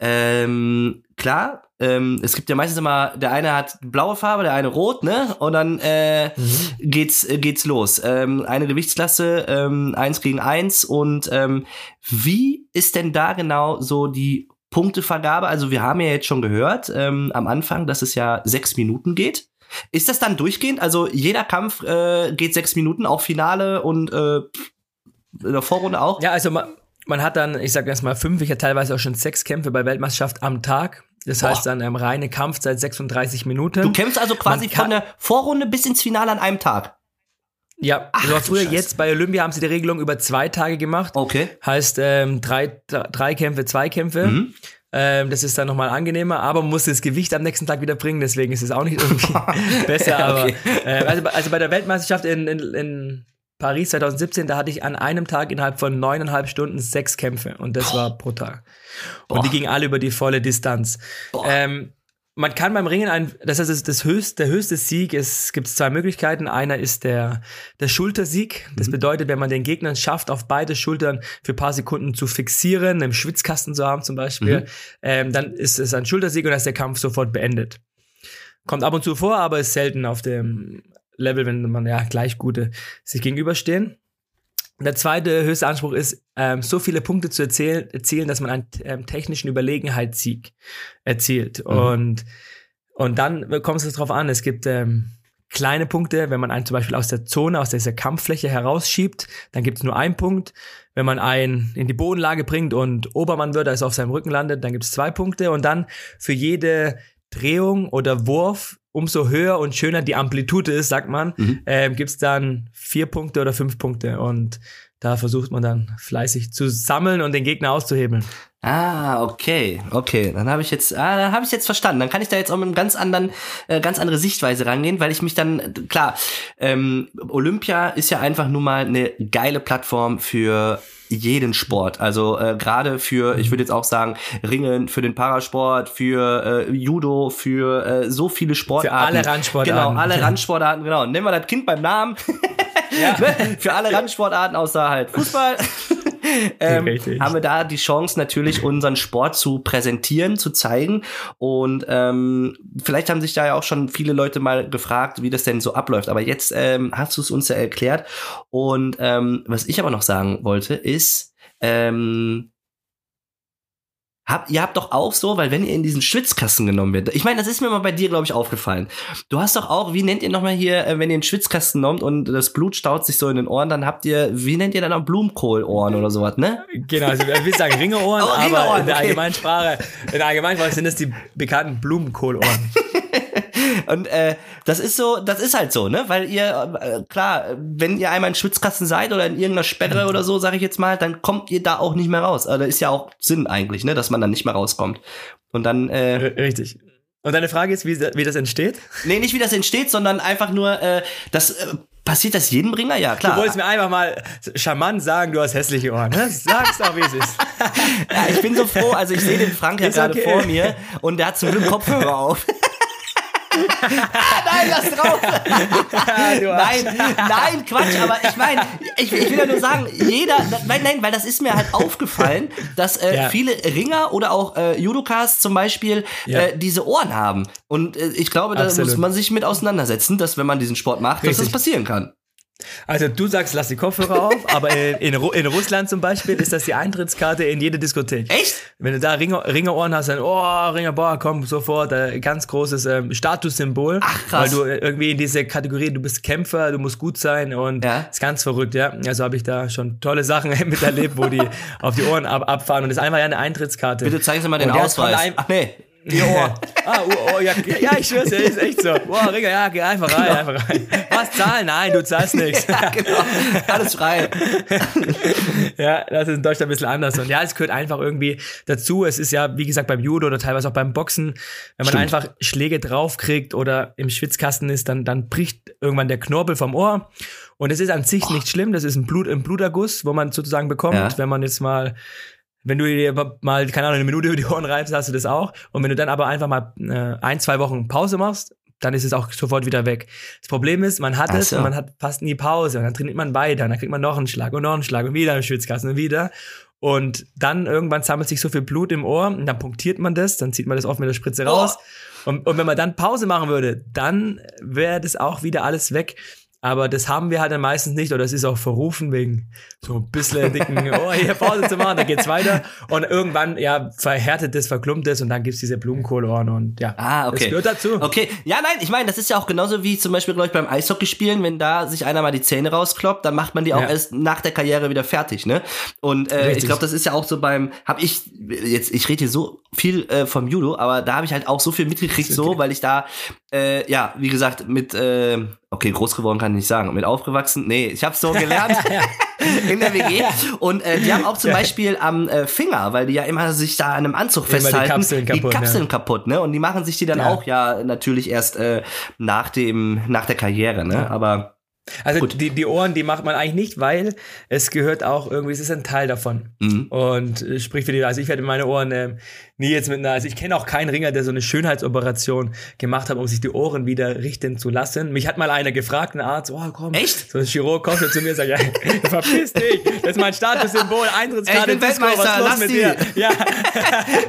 Klar, es gibt ja meistens immer, der eine hat blaue Farbe, der eine rot, ne? Und dann geht's los. Eine Gewichtsklasse, 1 gegen 1. Und wie ist denn da genau so die Punktevergabe? Also wir haben ja jetzt schon gehört am Anfang, dass es ja 6 Minuten geht. Ist das dann durchgehend? Also jeder Kampf geht 6 Minuten, auch Finale und in der Vorrunde auch? Ja, also man hat dann, ich sag erst mal 5, ich hatte teilweise auch schon 6 Kämpfe bei Weltmeisterschaft am Tag. Das heißt dann reine Kampfzeit 36 Minuten. Du kämpfst also quasi von der Vorrunde bis ins Finale an einem Tag? Ja, also früher, jetzt bei Olympia haben sie die Regelung über 2 Tage gemacht. Okay. Heißt 3 Kämpfe, 2 Kämpfe. Das ist dann nochmal angenehmer, aber man muss das Gewicht am nächsten Tag wieder bringen, deswegen ist es auch nicht irgendwie besser. Okay. Aber also bei der Weltmeisterschaft in Paris 2017, da hatte ich an einem Tag innerhalb von 9,5 Stunden 6 Kämpfe und das war brutal. Und die gingen alle über die volle Distanz. Man kann beim Ringen der höchste Sieg, es gibt 2 Möglichkeiten. Einer ist der Schultersieg. Das bedeutet, wenn man den Gegnern schafft, auf beide Schultern für ein paar Sekunden zu fixieren, im Schwitzkasten zu haben zum Beispiel, dann ist es ein Schultersieg und dann ist der Kampf sofort beendet. Kommt ab und zu vor, aber ist selten auf dem Level, wenn man gleich gute sich gegenüberstehen. Der zweite höchste Anspruch ist, so viele Punkte zu erzielen, dass man einen technischen Überlegenheitssieg erzielt. Und dann kommt es darauf an, es gibt kleine Punkte. Wenn man einen zum Beispiel aus der Zone, aus dieser Kampffläche herausschiebt, dann gibt es nur einen Punkt. Wenn man einen in die Bodenlage bringt und Obermann wird, also auf seinem Rücken landet, dann gibt es 2 Punkte. Und dann für jede Drehung oder Wurf, umso höher und schöner die Amplitude ist, sagt man, gibt es dann 4 Punkte oder 5 Punkte. Und da versucht man dann fleißig zu sammeln und den Gegner auszuhebeln. Ah, okay. Dann habe ich jetzt verstanden. Dann kann ich da jetzt auch mit einem ganz andere Sichtweise rangehen, weil ich mich dann, klar, Olympia ist ja einfach nur mal eine geile Plattform für jeden Sport. Also gerade für, ich würde jetzt auch sagen, Ringen, für den Parasport, für Judo, für so viele Sportarten. Für alle Randsportarten. Genau, alle Randsportarten, genau. Nennen wir das Kind beim Namen. Ja. Für alle Randsportarten außer halt Fußball. Haben wir da die Chance natürlich unseren Sport zu präsentieren, zu zeigen und vielleicht haben sich da ja auch schon viele Leute mal gefragt, wie das denn so abläuft, aber jetzt hast du es uns ja erklärt und was ich aber noch sagen wollte ist, ihr habt doch auch so, weil wenn ihr in diesen Schwitzkasten genommen wird, ich meine, das ist mir mal bei dir, glaube ich, aufgefallen. Du hast doch auch, wie nennt ihr nochmal hier, wenn ihr einen Schwitzkasten nommt und das Blut staut sich so in den Ohren, dann habt ihr, wie nennt ihr dann auch Blumenkohlohren oder sowas, ne? Genau, also wir sagen Ringeohren, oh, aber Ringeohren, in der Allgemeinsprache sind es die bekannten Blumenkohlohren. Und das ist halt so, ne? Weil ihr, klar, wenn ihr einmal in Schwitzkasten seid oder in irgendeiner Sperre oder so, sage ich jetzt mal, dann kommt ihr da auch nicht mehr raus. Also, da ist ja auch Sinn eigentlich, ne? Dass man dann nicht mehr rauskommt. Und dann Richtig. Und deine Frage ist, wie das entsteht? Nee, nicht wie das entsteht, sondern einfach nur, passiert das jedem Ringer? Ja, klar. Du wolltest mir einfach mal charmant sagen, du hast hässliche Ohren. Ne? Sag's doch, wie es ist. Ja, ich bin so froh, also ich sehe den Frank ja gerade vor mir und der hat zum Glück Kopfhörer auf. Nein, lass drauf! Nein, Quatsch, aber ich meine, ich will ja nur sagen, weil das ist mir halt aufgefallen, dass viele Ringer oder auch Judokas zum Beispiel diese Ohren haben. Und ich glaube, da muss man sich mit auseinandersetzen, dass wenn man diesen Sport macht, dass das passieren kann. Also du sagst, lass die Kopfhörer auf, aber in Russland zum Beispiel ist das die Eintrittskarte in jede Diskothek. Echt? Wenn du da Ringerohren hast, dann, Ringer, komm, sofort, ganz großes Statussymbol. Ach, krass. Weil du irgendwie in diese Kategorie, du bist Kämpfer, du musst gut sein und ist ganz verrückt, ja. Also habe ich da schon tolle Sachen miterlebt, wo die auf die Ohren abfahren und das ist einfach eine Eintrittskarte. Bitte zeigen Sie mal den Ausweis. Ach nee. Ihr Ohr. Ja, ich schwör's, ist echt so. Boah, Ringer, ja, geh einfach rein. Was, zahlen? Nein, du zahlst nichts. Ja, genau. Alles frei. Ja, das ist in Deutschland ein bisschen anders. Und ja, es gehört einfach irgendwie dazu. Es ist ja, wie gesagt, beim Judo oder teilweise auch beim Boxen, wenn man einfach Schläge draufkriegt oder im Schwitzkasten ist, dann bricht irgendwann der Knorpel vom Ohr. Und es ist an sich nicht schlimm. Das ist ein Bluterguss, wo man sozusagen bekommt, wenn man jetzt mal wenn du dir mal, keine Ahnung, eine Minute über die Ohren reibst, hast du das auch. Und wenn du dann aber einfach mal 1-2 Wochen Pause machst, dann ist es auch sofort wieder weg. Das Problem ist, man hat es und man hat fast nie Pause. Und dann trainiert man weiter, und dann kriegt man noch einen Schlag und wieder im Schwitzkasten und wieder. Und dann irgendwann sammelt sich so viel Blut im Ohr und dann punktiert man das, dann zieht man das oft mit der Spritze raus. Und wenn man dann Pause machen würde, dann wäre das auch wieder alles weg. Aber das haben wir halt dann meistens nicht, oder es ist auch verrufen wegen so ein bisschen dicken, hier Pause zu machen, dann geht's weiter. Und irgendwann, verhärtet es, verklumpt es und dann gibt's diese Blumenkohlohren und das gehört dazu. Okay, ja, nein, ich meine, das ist ja auch genauso wie zum Beispiel, glaube ich, beim Eishockey spielen, wenn da sich einer mal die Zähne rauskloppt, dann macht man die auch erst nach der Karriere wieder fertig, ne? Und ich glaube, das ist ja auch so ich rede hier so viel vom Judo, aber da habe ich halt auch so viel mitgekriegt, weil ich da, wie gesagt, mit, groß geworden kann ich nicht sagen, mit aufgewachsen, nee, ich habe so gelernt in der WG und die haben auch zum Beispiel am Finger, weil die ja immer sich da an einem Anzug festhalten, die Kapseln kaputt, ne, und die machen sich die dann auch natürlich erst nach der Karriere, ne, aber also die Ohren, die macht man eigentlich nicht, weil es gehört auch irgendwie, es ist ein Teil davon. Mhm. Und sprich für die, also ich werde meine Ohren nie jetzt also ich kenne auch keinen Ringer, der so eine Schönheitsoperation gemacht hat, um sich die Ohren wieder richten zu lassen. Mich hat mal einer gefragt, ein Arzt, komm. Echt? So ein Chirurg kommt zu mir und sagt, verpiss dich, das ist mein Statussymbol, Eintrittskarte, ich bin Weltmeister, lass mit dir. Ja.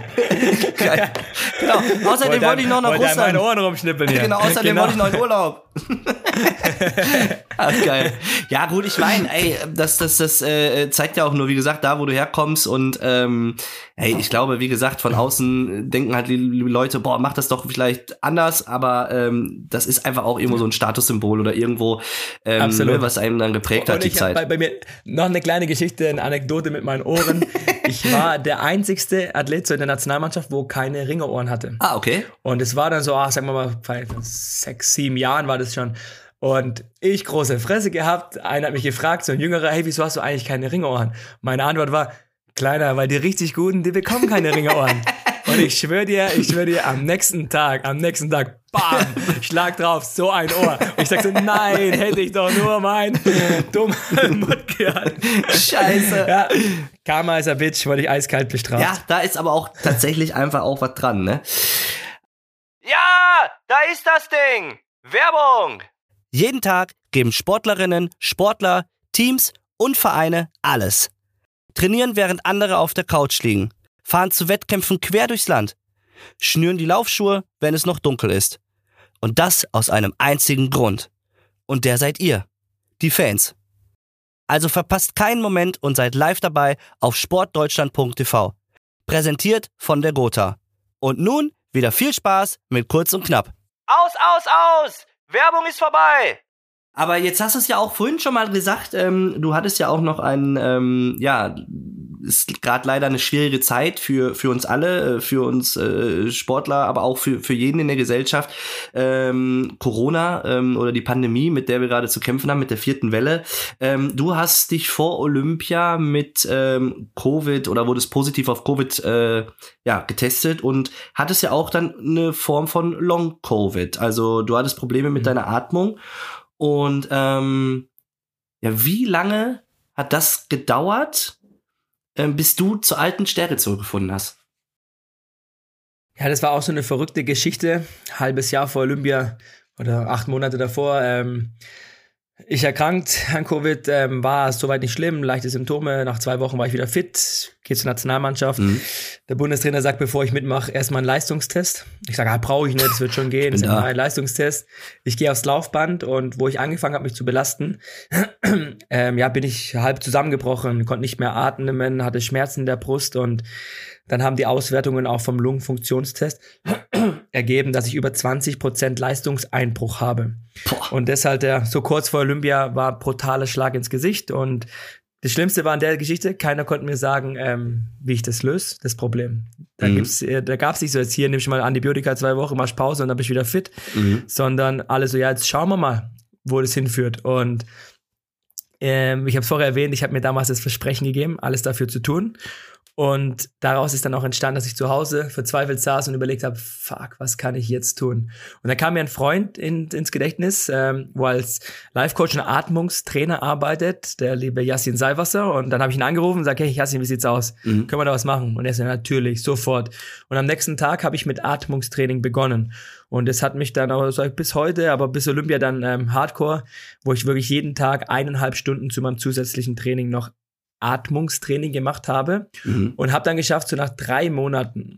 Genau. Außerdem wollte ich noch nach Russland. Meine Ohren rumschnippeln hier. Genau, außerdem wollte ich noch in Urlaub. Ach, geil. Ja, gut, ich meine, ey, das zeigt ja auch nur, wie gesagt, da, wo du herkommst und ey, ich glaube, wie gesagt, von außen denken halt die Leute, boah, mach das doch vielleicht anders, aber das ist einfach auch irgendwo so ein Statussymbol oder irgendwo, ne, was einem dann geprägt hat, die Zeit. Bei mir noch eine kleine Geschichte, eine Anekdote mit meinen Ohren. Ich war der einzigste Athlet in der Nationalmannschaft, wo keine Ringerohren hatte. Ah, okay. Und es war dann so, sagen wir mal, bei 6, 7 Jahren war das schon. Und ich große Fresse gehabt. Einer hat mich gefragt, so ein Jüngerer, hey, wieso hast du eigentlich keine Ringerohren? Meine Antwort war, Kleiner, weil die richtig Guten, die bekommen keine Ringerohren. Und ich schwöre dir, am nächsten Tag, bam, schlag drauf, so ein Ohr. Und ich sag so, nein, hätte ich doch nur meinen dummen Mund gehabt. Scheiße. Ja, Karma ist a Bitch, wurde ich eiskalt bestraft. Ja, da ist aber auch tatsächlich einfach auch was dran, ne? Ja, da ist das Ding. Werbung. Jeden Tag geben Sportlerinnen, Sportler, Teams und Vereine alles. Trainieren, während andere auf der Couch liegen. Fahren zu Wettkämpfen quer durchs Land. Schnüren die Laufschuhe, wenn es noch dunkel ist. Und das aus einem einzigen Grund. Und der seid ihr, die Fans. Also verpasst keinen Moment und seid live dabei auf sportdeutschland.tv. Präsentiert von der Gotha. Und nun wieder viel Spaß mit Kurz und Knapp. Aus! Werbung ist vorbei! Aber jetzt hast du es ja auch vorhin schon mal gesagt, du hattest ja auch noch einen, ist gerade leider eine schwierige Zeit für uns alle, für uns Sportler, aber auch für jeden in der Gesellschaft. Corona oder die Pandemie, mit der wir gerade zu kämpfen haben, mit der 4. Welle. Du hast dich vor Olympia mit Covid oder wurdest positiv auf Covid getestet und hattest ja auch dann eine Form von Long-Covid. Also du hattest Probleme mit deiner Atmung. Und wie lange hat das gedauert, bis du zur alten Stärke zurückgefunden hast? Ja, das war auch so eine verrückte Geschichte. Halbes Jahr vor Olympia oder 8 Monate davor. Ich erkrankt an Covid, war soweit nicht schlimm, leichte Symptome. Nach 2 Wochen war ich wieder fit, gehe zur Nationalmannschaft. Der Bundestrainer sagt, bevor ich mitmache, erstmal einen Leistungstest. Ich sage, brauche ich nicht, das wird schon gehen. Das ist ein Leistungstest. Ich gehe aufs Laufband und wo ich angefangen habe, mich zu belasten, bin ich halb zusammengebrochen, konnte nicht mehr atmen, hatte Schmerzen in der Brust und dann haben die Auswertungen auch vom Lungenfunktionstest ergeben, dass ich über 20% Leistungseinbruch habe. Boah. Und deshalb, so kurz vor Olympia, war brutaler Schlag ins Gesicht. Und das Schlimmste war in der Geschichte, keiner konnte mir sagen, wie ich das löse, das Problem. Da gab's nicht so, jetzt hier nimm ich mal Antibiotika 2 Wochen, mach Pause und dann bin ich wieder fit. Sondern alle so, ja, jetzt schauen wir mal, wo das hinführt. Und ich habe es vorher erwähnt, ich habe mir damals das Versprechen gegeben, alles dafür zu tun. Und daraus ist dann auch entstanden, dass ich zu Hause verzweifelt saß und überlegt habe, fuck, was kann ich jetzt tun? Und da kam mir ein Freund ins Gedächtnis, wo als Life-Coach und Atmungstrainer arbeitet, der liebe Yassin Seiwasser. Und dann habe ich ihn angerufen und gesagt, hey Yassin, wie sieht's aus? Können wir da was machen? Und er sagt, natürlich, sofort. Und am nächsten Tag habe ich mit Atmungstraining begonnen. Und das hat mich dann auch bis heute, aber bis Olympia dann Hardcore, wo ich wirklich jeden Tag 1,5 Stunden zu meinem zusätzlichen Training noch Atmungstraining gemacht habe und habe dann geschafft, so nach 3 Monaten,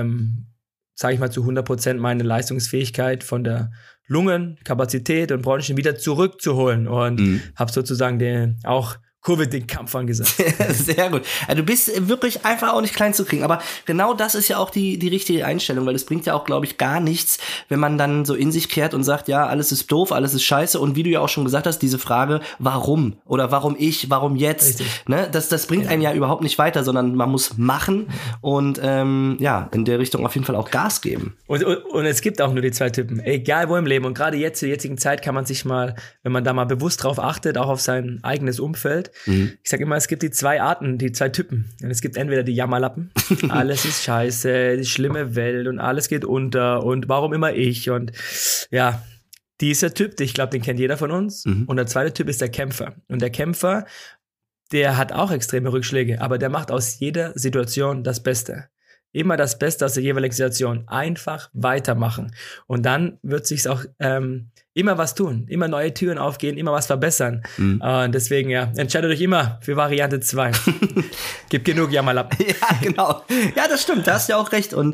sage ich mal zu 100% meine Leistungsfähigkeit von der Lungenkapazität und Bronchien wieder zurückzuholen und habe sozusagen auch Covid den Kampf angesagt. Sehr gut. Also du bist wirklich einfach auch nicht klein zu kriegen. Aber genau das ist ja auch die richtige Einstellung, weil es bringt ja auch, glaube ich, gar nichts, wenn man dann so in sich kehrt und sagt, ja, alles ist doof, alles ist scheiße. Und wie du ja auch schon gesagt hast, diese Frage, warum? Oder warum ich? Warum jetzt? Ne? Das bringt einen ja überhaupt nicht weiter, sondern man muss machen und in der Richtung auf jeden Fall auch Gas geben. Und es gibt auch nur die 2 Typen, egal wo im Leben. Und gerade jetzt, zur jetzigen Zeit, kann man sich mal, wenn man da mal bewusst drauf achtet, auch auf sein eigenes Umfeld. Ich sag immer, es gibt die 2 Arten, die 2 Typen. Und es gibt entweder die Jammerlappen, alles ist scheiße, die schlimme Welt und alles geht unter und warum immer ich. Und ja, dieser Typ, ich glaube, den kennt jeder von uns. Und der zweite Typ ist der Kämpfer. Und der Kämpfer, der hat auch extreme Rückschläge, aber der macht aus jeder Situation das Beste. immer das Beste aus der jeweiligen Situation. Einfach weitermachen. Und dann wird sich's auch immer was tun, immer neue Türen aufgehen, immer was verbessern. Und deswegen, entscheidet euch immer für Variante 2. Gibt genug Jammerl ab. Ja, genau. Ja, das stimmt, da hast du ja auch recht. Und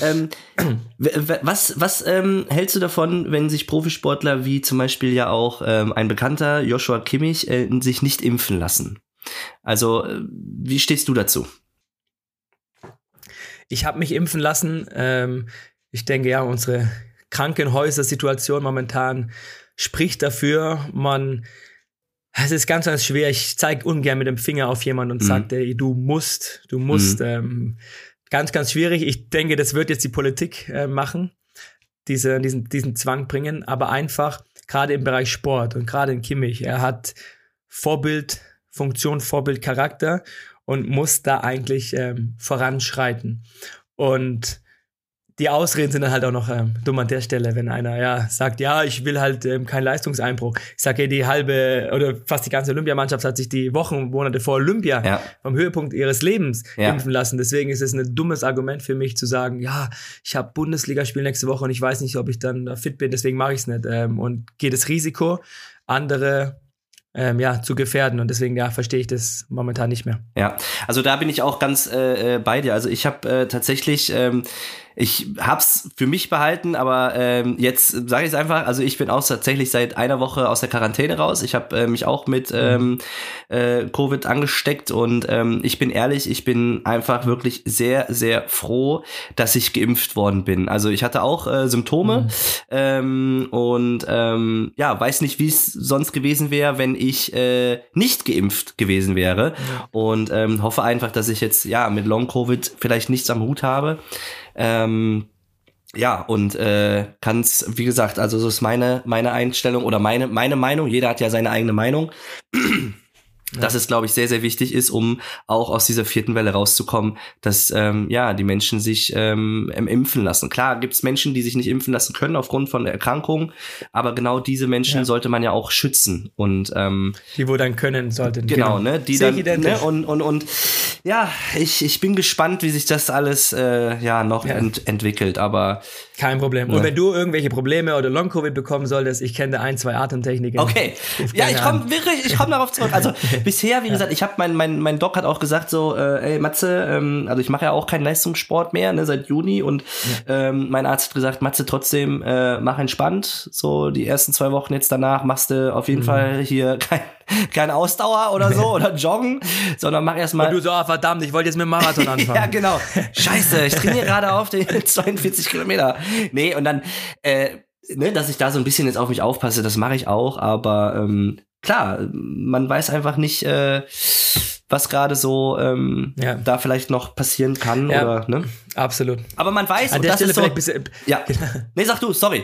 was hältst du davon, wenn sich Profisportler wie zum Beispiel ja auch ein bekannter Joshua Kimmich sich nicht impfen lassen? Also, wie stehst du dazu? Ich habe mich impfen lassen. Ich denke, ja, unsere Krankenhäuser-Situation momentan spricht dafür. Es ist ganz, ganz schwer. Ich zeige ungern mit dem Finger auf jemanden und sage, ey, du musst. Ganz, ganz schwierig. Ich denke, das wird jetzt die Politik machen, diesen Zwang bringen. Aber einfach, gerade im Bereich Sport und gerade in Kimmich, er hat Vorbildfunktion, Vorbildcharakter und muss da eigentlich voranschreiten. Und die Ausreden sind dann halt auch noch dumm an der Stelle, wenn einer sagt, ich will halt keinen Leistungseinbruch. Ich sage, die halbe oder fast die ganze Olympiamannschaft hat sich die Wochen, Monate vor Olympia vom Höhepunkt ihres Lebens impfen lassen. Deswegen ist es ein dummes Argument für mich zu sagen, ich habe Bundesligaspiel nächste Woche und ich weiß nicht, ob ich dann fit bin, deswegen mache ich es nicht. Und gehe das Risiko, andere zu gefährden. Und deswegen, verstehe ich das momentan nicht mehr. Ja, also da bin ich auch ganz bei dir. Also ich habe tatsächlich, ich hab's für mich behalten, aber jetzt sage ich es einfach, also ich bin auch tatsächlich seit einer Woche aus der Quarantäne raus. Ich habe mich auch mit Covid angesteckt und ich bin ehrlich, ich bin einfach wirklich sehr, sehr froh, dass ich geimpft worden bin. Also ich hatte auch Symptome und weiß nicht, wie es sonst gewesen wäre, wenn ich nicht geimpft gewesen wäre und hoffe einfach, dass ich jetzt mit Long-Covid vielleicht nichts am Hut habe. Kann's, wie gesagt, also so ist meine Einstellung oder meine Meinung, jeder hat ja seine eigene Meinung, dass es, glaube ich, sehr, sehr wichtig ist, um auch aus dieser 4. Welle rauszukommen, dass die Menschen sich impfen lassen. Klar gibt's Menschen, die sich nicht impfen lassen können aufgrund von der Erkrankung, aber genau diese Menschen sollte man ja auch schützen und die wohl dann können sollten. Genau, ne, die dann und ich bin gespannt, wie sich das alles entwickelt, aber kein Problem. Und wenn du irgendwelche Probleme oder Long-Covid bekommen solltest, ich kenne 1, 2 Atemtechniken. Okay. Ja, ich komme darauf zurück. Also bisher, wie gesagt, ich habe mein Doc hat auch gesagt so, ey Matze, also ich mache ja auch keinen Leistungssport mehr, ne, seit Juni und mein Arzt hat gesagt, Matze, trotzdem mach entspannt, so die ersten 2 Wochen jetzt danach machst du auf jeden Fall hier keine Ausdauer oder so oder Joggen, sondern mach erstmal. Und du so, verdammt, ich wollte jetzt mit dem Marathon anfangen. Ja, genau. Scheiße, ich trainiere gerade auf den 42 Kilometer. Nee, und dann, dass ich da so ein bisschen jetzt auf mich aufpasse, das mache ich auch, aber klar, man weiß einfach nicht, was gerade so da vielleicht noch passieren kann oder ne? Absolut. Aber man weiß, an und der das Stelle ist so. Nee, sag du, sorry.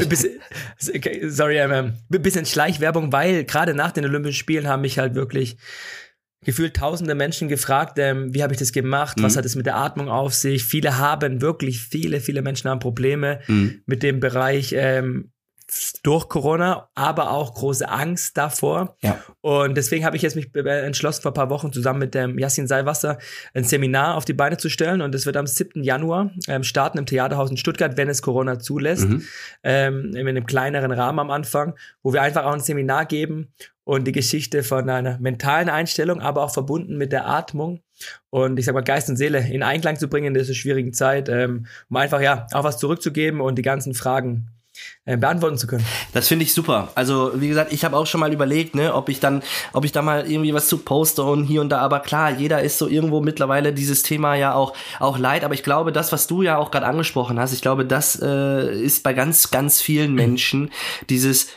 Bisschen Schleichwerbung, weil gerade nach den Olympischen Spielen haben mich halt wirklich gefühlt tausende Menschen gefragt, wie habe ich das gemacht, was hat es mit der Atmung auf sich. Viele Menschen haben Probleme mit dem Bereich durch Corona, aber auch große Angst davor. Ja. Und deswegen habe ich jetzt mich entschlossen, vor ein paar Wochen zusammen mit dem Yassin Seiwasser ein Seminar auf die Beine zu stellen. Und das wird am 7. Januar starten im Theaterhaus in Stuttgart, wenn es Corona zulässt. In einem kleineren Rahmen am Anfang, wo wir einfach auch ein Seminar geben und die Geschichte von einer mentalen Einstellung, aber auch verbunden mit der Atmung und ich sag mal Geist und Seele in Einklang zu bringen in dieser schwierigen Zeit, um einfach auch was zurückzugeben und die ganzen Fragen beantworten zu können. Das finde ich super. Also wie gesagt, ich habe auch schon mal überlegt, ne, ob ich da mal irgendwie was zu poste und hier und da, aber klar, jeder ist so irgendwo mittlerweile dieses Thema ja auch leid, aber ich glaube, das, was du ja auch gerade angesprochen hast, ich glaube, das ist bei ganz, ganz vielen Menschen dieses,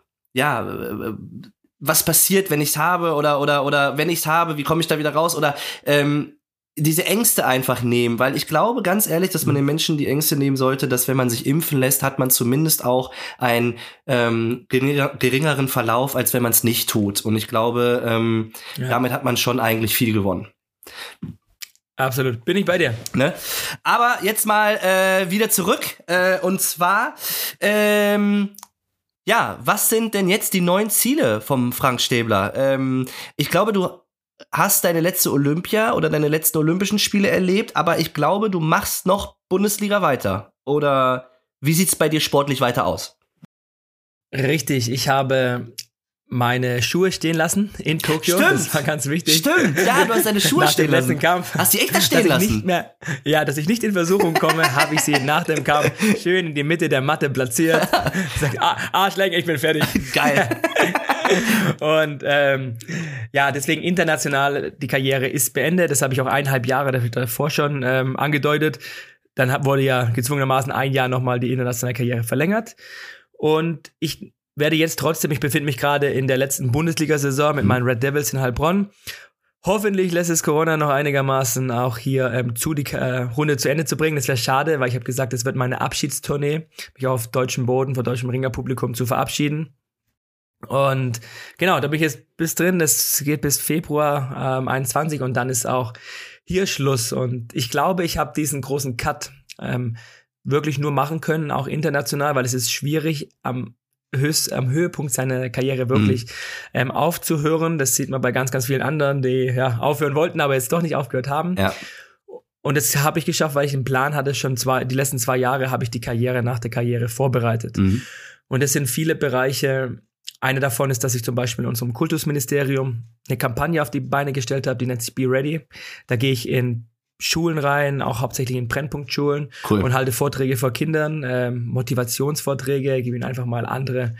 was passiert, wenn ich's habe oder wenn ich's habe, wie komme ich da wieder raus oder diese Ängste einfach nehmen, weil ich glaube ganz ehrlich, dass man den Menschen die Ängste nehmen sollte, dass wenn man sich impfen lässt, hat man zumindest auch einen geringeren Verlauf, als wenn man es nicht tut. Und ich glaube, damit hat man schon eigentlich viel gewonnen. Absolut, bin ich bei dir. Ne? Aber jetzt mal wieder zurück und zwar was sind denn jetzt die neuen Ziele vom Frank Stäbler? Ich glaube, du hast deine letzte Olympia oder deine letzten Olympischen Spiele erlebt, aber ich glaube, du machst noch Bundesliga weiter. Oder wie sieht's bei dir sportlich weiter aus? Richtig, ich habe meine Schuhe stehen lassen in Tokio. Stimmt. Das war ganz wichtig. Stimmt, ja, du hast deine Schuhe stehen lassen. Nach dem letzten Kampf. Hast du die echt da stehen lassen? Dass ich nicht in Versuchung komme, habe ich sie nach dem Kampf schön in die Mitte der Matte platziert. Sag, Arschlecken, ich bin fertig. Geil. Und deswegen international, die Karriere ist beendet. Das habe ich auch 1,5 Jahre davor schon angedeutet. Dann wurde ja gezwungenermaßen 1 Jahr nochmal die internationale Karriere verlängert. Und ich werde jetzt trotzdem, ich befinde mich gerade in der letzten Bundesliga-Saison mit meinen Red Devils in Heilbronn. Hoffentlich lässt es Corona noch einigermaßen auch hier die Runde zu Ende zu bringen. Das wäre schade, weil ich habe gesagt, es wird meine Abschiedstournee, mich auf deutschem Boden vor deutschem Ringerpublikum zu verabschieden. Und genau, da bin ich jetzt bis drin. Das geht bis Februar 21 und dann ist auch hier Schluss. Und ich glaube, ich habe diesen großen Cut wirklich nur machen können, auch international, weil es ist schwierig, am Höhepunkt seiner Karriere wirklich aufzuhören. Das sieht man bei ganz, ganz vielen anderen, die aufhören wollten, aber jetzt doch nicht aufgehört haben. Ja. Und das habe ich geschafft, weil ich einen Plan hatte, die letzten 2 Jahre habe ich die Karriere nach der Karriere vorbereitet. Mhm. Und das sind viele Bereiche. Eine davon ist, dass ich zum Beispiel in unserem Kultusministerium eine Kampagne auf die Beine gestellt habe, die nennt sich Be Ready. Da gehe ich in Schulen rein, auch hauptsächlich in Brennpunktschulen und halte Vorträge vor Kindern, Motivationsvorträge, gebe ihnen einfach mal andere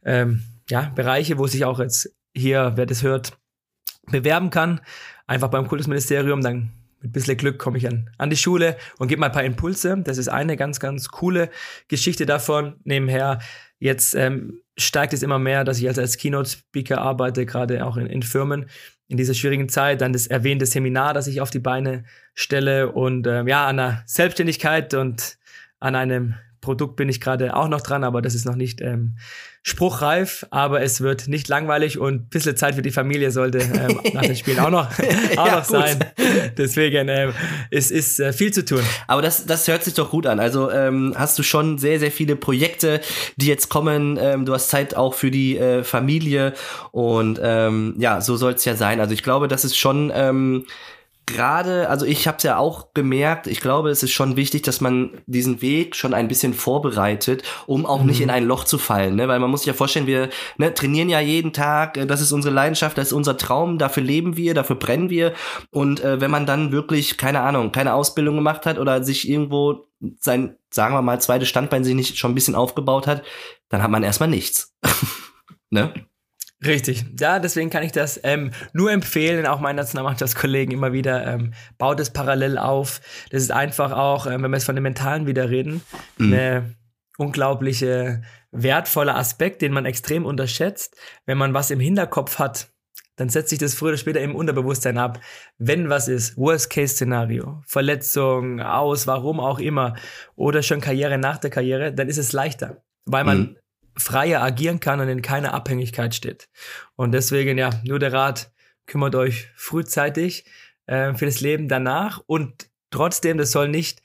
Bereiche, wo sich auch jetzt hier, wer das hört, bewerben kann. Einfach beim Kultusministerium, dann mit ein bisschen Glück komme ich an die Schule und gebe mal ein paar Impulse. Das ist eine ganz, ganz coole Geschichte davon. Nebenher, jetzt steigt es immer mehr, dass ich als Keynote-Speaker arbeite, gerade auch in Firmen in dieser schwierigen Zeit. Dann das erwähnte Seminar, das ich auf die Beine stelle und an der Selbstständigkeit und an einem Produkt bin ich gerade auch noch dran, aber das ist noch nicht spruchreif, aber es wird nicht langweilig und ein bisschen Zeit für die Familie sollte nach den Spielen auch noch sein. Deswegen es ist viel zu tun. Aber das hört sich doch gut an. Also hast du schon sehr, sehr viele Projekte, die jetzt kommen. Du hast Zeit auch für die Familie und so soll es ja sein. Also ich glaube, das ist schon gerade, also ich habe es ja auch gemerkt, ich glaube, es ist schon wichtig, dass man diesen Weg schon ein bisschen vorbereitet, um auch nicht in ein Loch zu fallen, ne? Weil man muss sich ja vorstellen, wir trainieren ja jeden Tag, das ist unsere Leidenschaft, das ist unser Traum, dafür leben wir, dafür brennen wir und wenn man dann wirklich, keine Ausbildung gemacht hat oder sich irgendwo sein, sagen wir mal, zweites Standbein sich nicht schon ein bisschen aufgebaut hat, dann hat man erstmal nichts. Ne? Richtig, ja, deswegen kann ich das nur empfehlen, auch meinen Nationalmannschaftskollegen immer wieder, baut es parallel auf. Das ist einfach auch, wenn wir jetzt von dem Mentalen wieder reden, eine unglaubliche, wertvolle Aspekt, den man extrem unterschätzt. Wenn man was im Hinterkopf hat, dann setzt sich das früher oder später im Unterbewusstsein ab. Wenn was ist, Worst-Case-Szenario, Verletzung, warum auch immer, oder schon Karriere nach der Karriere, dann ist es leichter, weil man freier agieren kann und in keiner Abhängigkeit steht. Und deswegen, nur der Rat, kümmert euch frühzeitig für das Leben danach und trotzdem, das soll nicht,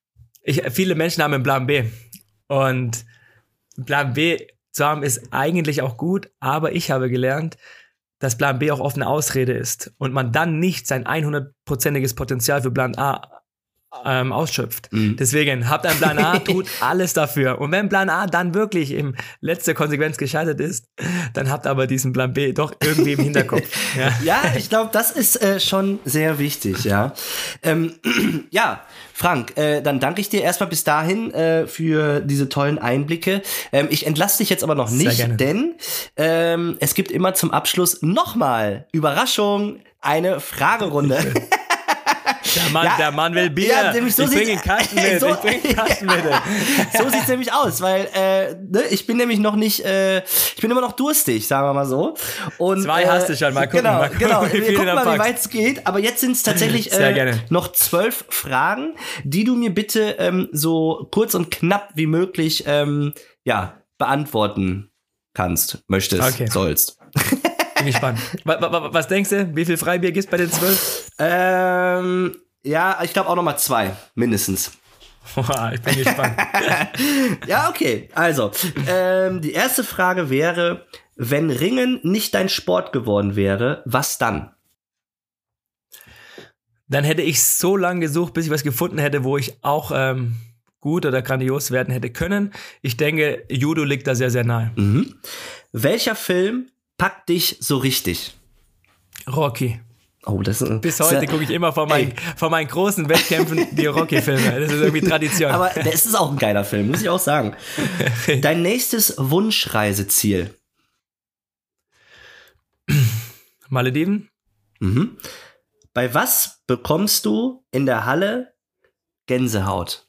viele Menschen haben einen Plan B und Plan B zu haben ist eigentlich auch gut, aber ich habe gelernt, dass Plan B auch oft eine Ausrede ist und man dann nicht sein 100%iges Potenzial für Plan A ausschöpft. Deswegen habt einen Plan A, tut alles dafür. Und wenn Plan A dann wirklich in letzter Konsequenz gescheitert ist, dann habt aber diesen Plan B doch irgendwie im Hinterkopf. Ja, ich glaube, das ist schon sehr wichtig, ja. Frank, dann danke ich dir erstmal bis dahin für diese tollen Einblicke. Ich entlasse dich jetzt aber noch nicht, denn es gibt immer zum Abschluss nochmal, Überraschung, eine Fragerunde. Der Mann will Bier. Ja, ich bringe einen Kasten mit. So sieht's nämlich aus, weil ich bin nämlich noch nicht, ich bin immer noch durstig, sagen wir mal so. Und, 2 hast du schon, mal gucken. Genau. Wir gucken mal, wie weit es geht. Aber jetzt sind es tatsächlich noch 12 Fragen, die du mir bitte so kurz und knapp wie möglich beantworten möchtest, sollst. Bin gespannt. Was denkst du? Wie viel Freibier gibt's bei den 12? Ich glaube auch nochmal 2, mindestens. Ich bin gespannt. Ja, okay. Also, die erste Frage wäre, wenn Ringen nicht dein Sport geworden wäre, was dann? Dann hätte ich so lange gesucht, bis ich was gefunden hätte, wo ich auch gut oder grandios werden hätte können. Ich denke, Judo liegt da sehr, sehr nahe. Mhm. Welcher Film packt dich so richtig? Rocky. Oh, das ist Bis heute gucke ich immer vor meinen großen Wettkämpfen die Rocky-Filme. Das ist irgendwie Tradition. Aber das ist auch ein geiler Film, muss ich auch sagen. Dein nächstes Wunschreiseziel? Malediven? Mhm. Bei was bekommst du in der Halle Gänsehaut?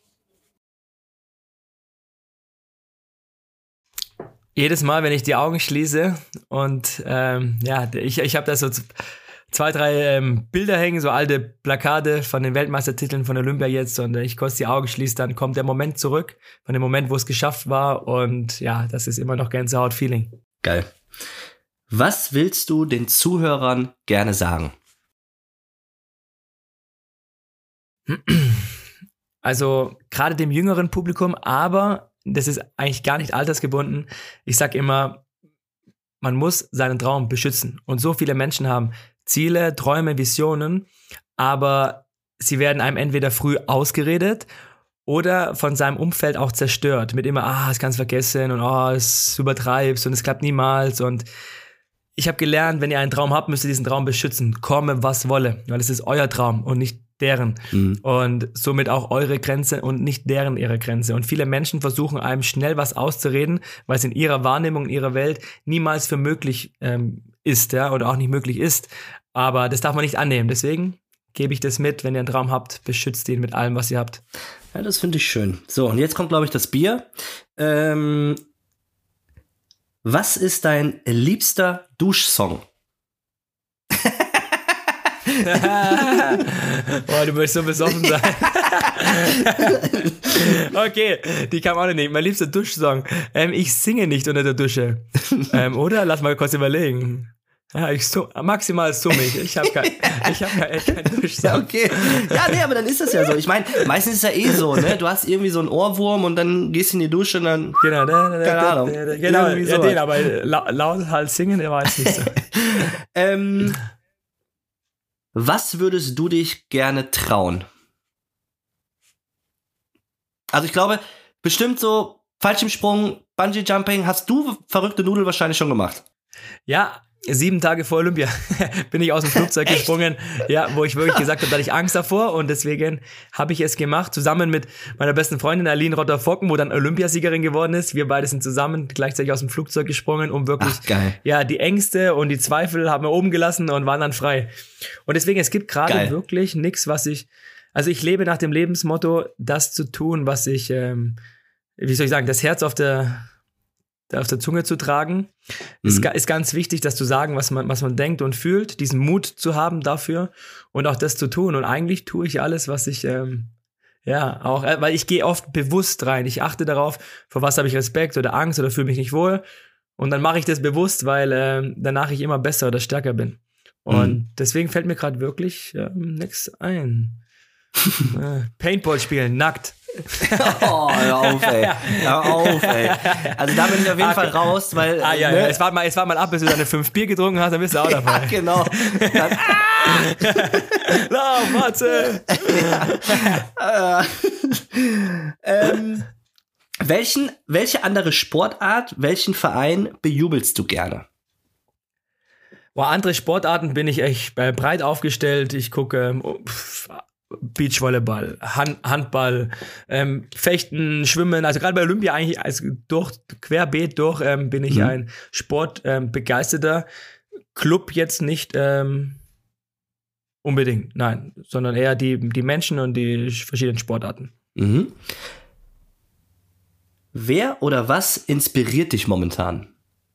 Jedes Mal, wenn ich die Augen schließe und ich habe da so 2, 3 Bilder hängen, so alte Plakate von den Weltmeistertiteln von Olympia jetzt, und ich kurz die Augen schließe, dann kommt der Moment zurück, von dem Moment, wo es geschafft war, und ja, das ist immer noch Gänsehaut-Feeling. Geil. Was willst du den Zuhörern gerne sagen? Also gerade dem jüngeren Publikum, aber das ist eigentlich gar nicht altersgebunden. Ich sag immer, man muss seinen Traum beschützen. Und so viele Menschen haben Ziele, Träume, Visionen, aber sie werden einem entweder früh ausgeredet oder von seinem Umfeld auch zerstört. Mit immer, das kannst du vergessen und es übertreibst und es klappt niemals. Und ich habe gelernt, wenn ihr einen Traum habt, müsst ihr diesen Traum beschützen. Komme, was wolle. Weil es ist euer Traum und nicht deren. Mhm. Und somit auch eure Grenze und nicht ihre Grenze. Und viele Menschen versuchen einem schnell was auszureden, weil es in ihrer Wahrnehmung, in ihrer Welt niemals für möglich ist, ja, oder auch nicht möglich ist. Aber das darf man nicht annehmen. Deswegen gebe ich das mit, wenn ihr einen Traum habt, beschützt ihn mit allem, was ihr habt. Ja, das finde ich schön. So, und jetzt kommt, glaube ich, das Bier. Was ist dein liebster Duschsong? Boah, du möchtest so besoffen sein. Okay, die kam auch nicht. Mein liebster Duschsong. Ich singe nicht unter der Dusche. Oder? Lass mal kurz überlegen. Ja, maximal summig. Ich hab keinen Duschsong. Ja, okay. Ja, nee, aber dann ist das ja so. Ich meine, meistens ist es ja eh so, ne? Du hast irgendwie so einen Ohrwurm und dann gehst du in die Dusche und dann... Genau, keine Ahnung. Genau, ja, den, aber laut halt singen, der war jetzt nicht so. Was würdest du dich gerne trauen? Also ich glaube, bestimmt so Fallschirmsprung, Bungee-Jumping, hast du verrückte Nudel wahrscheinlich schon gemacht. Ja, 7 Tage vor Olympia bin ich aus dem Flugzeug gesprungen, ja, wo ich wirklich gesagt habe, da hatte ich Angst davor, und deswegen habe ich es gemacht, zusammen mit meiner besten Freundin Aline Rotter-Focken, wo dann Olympiasiegerin geworden ist. Wir beide sind zusammen gleichzeitig aus dem Flugzeug gesprungen, um wirklich, die Ängste und die Zweifel haben wir oben gelassen und waren dann frei. Und deswegen, es gibt gerade wirklich nichts, also ich lebe nach dem Lebensmotto, das zu tun, was ich, das Herz auf der Zunge zu tragen. Ist ganz wichtig, das zu sagen, was man denkt und fühlt, diesen Mut zu haben dafür und auch das zu tun. Und eigentlich tue ich alles, was ich, weil ich gehe oft bewusst rein. Ich achte darauf, vor was habe ich Respekt oder Angst oder fühle mich nicht wohl. Und dann mache ich das bewusst, weil danach ich immer besser oder stärker bin. Und deswegen fällt mir gerade wirklich nichts ein. Paintball spielen, nackt. Oh, hör auf, ey. Also da bin ich auf jeden Fall raus, weil... Ne? Es war mal ab, bis du deine 5 Bier getrunken hast, dann bist du auch dabei. Ja, genau. Dann, Lauf, Matze! Welche andere Sportart, welchen Verein bejubelst du gerne? Andere Sportarten bin ich echt breit aufgestellt. Ich gucke... Beachvolleyball, Handball, Fechten, Schwimmen, also gerade bei Olympia eigentlich querbeet durch bin ich ein sportbegeisterter Club jetzt nicht unbedingt, nein, sondern eher die Menschen und die verschiedenen Sportarten. Mhm. Wer oder was inspiriert dich momentan?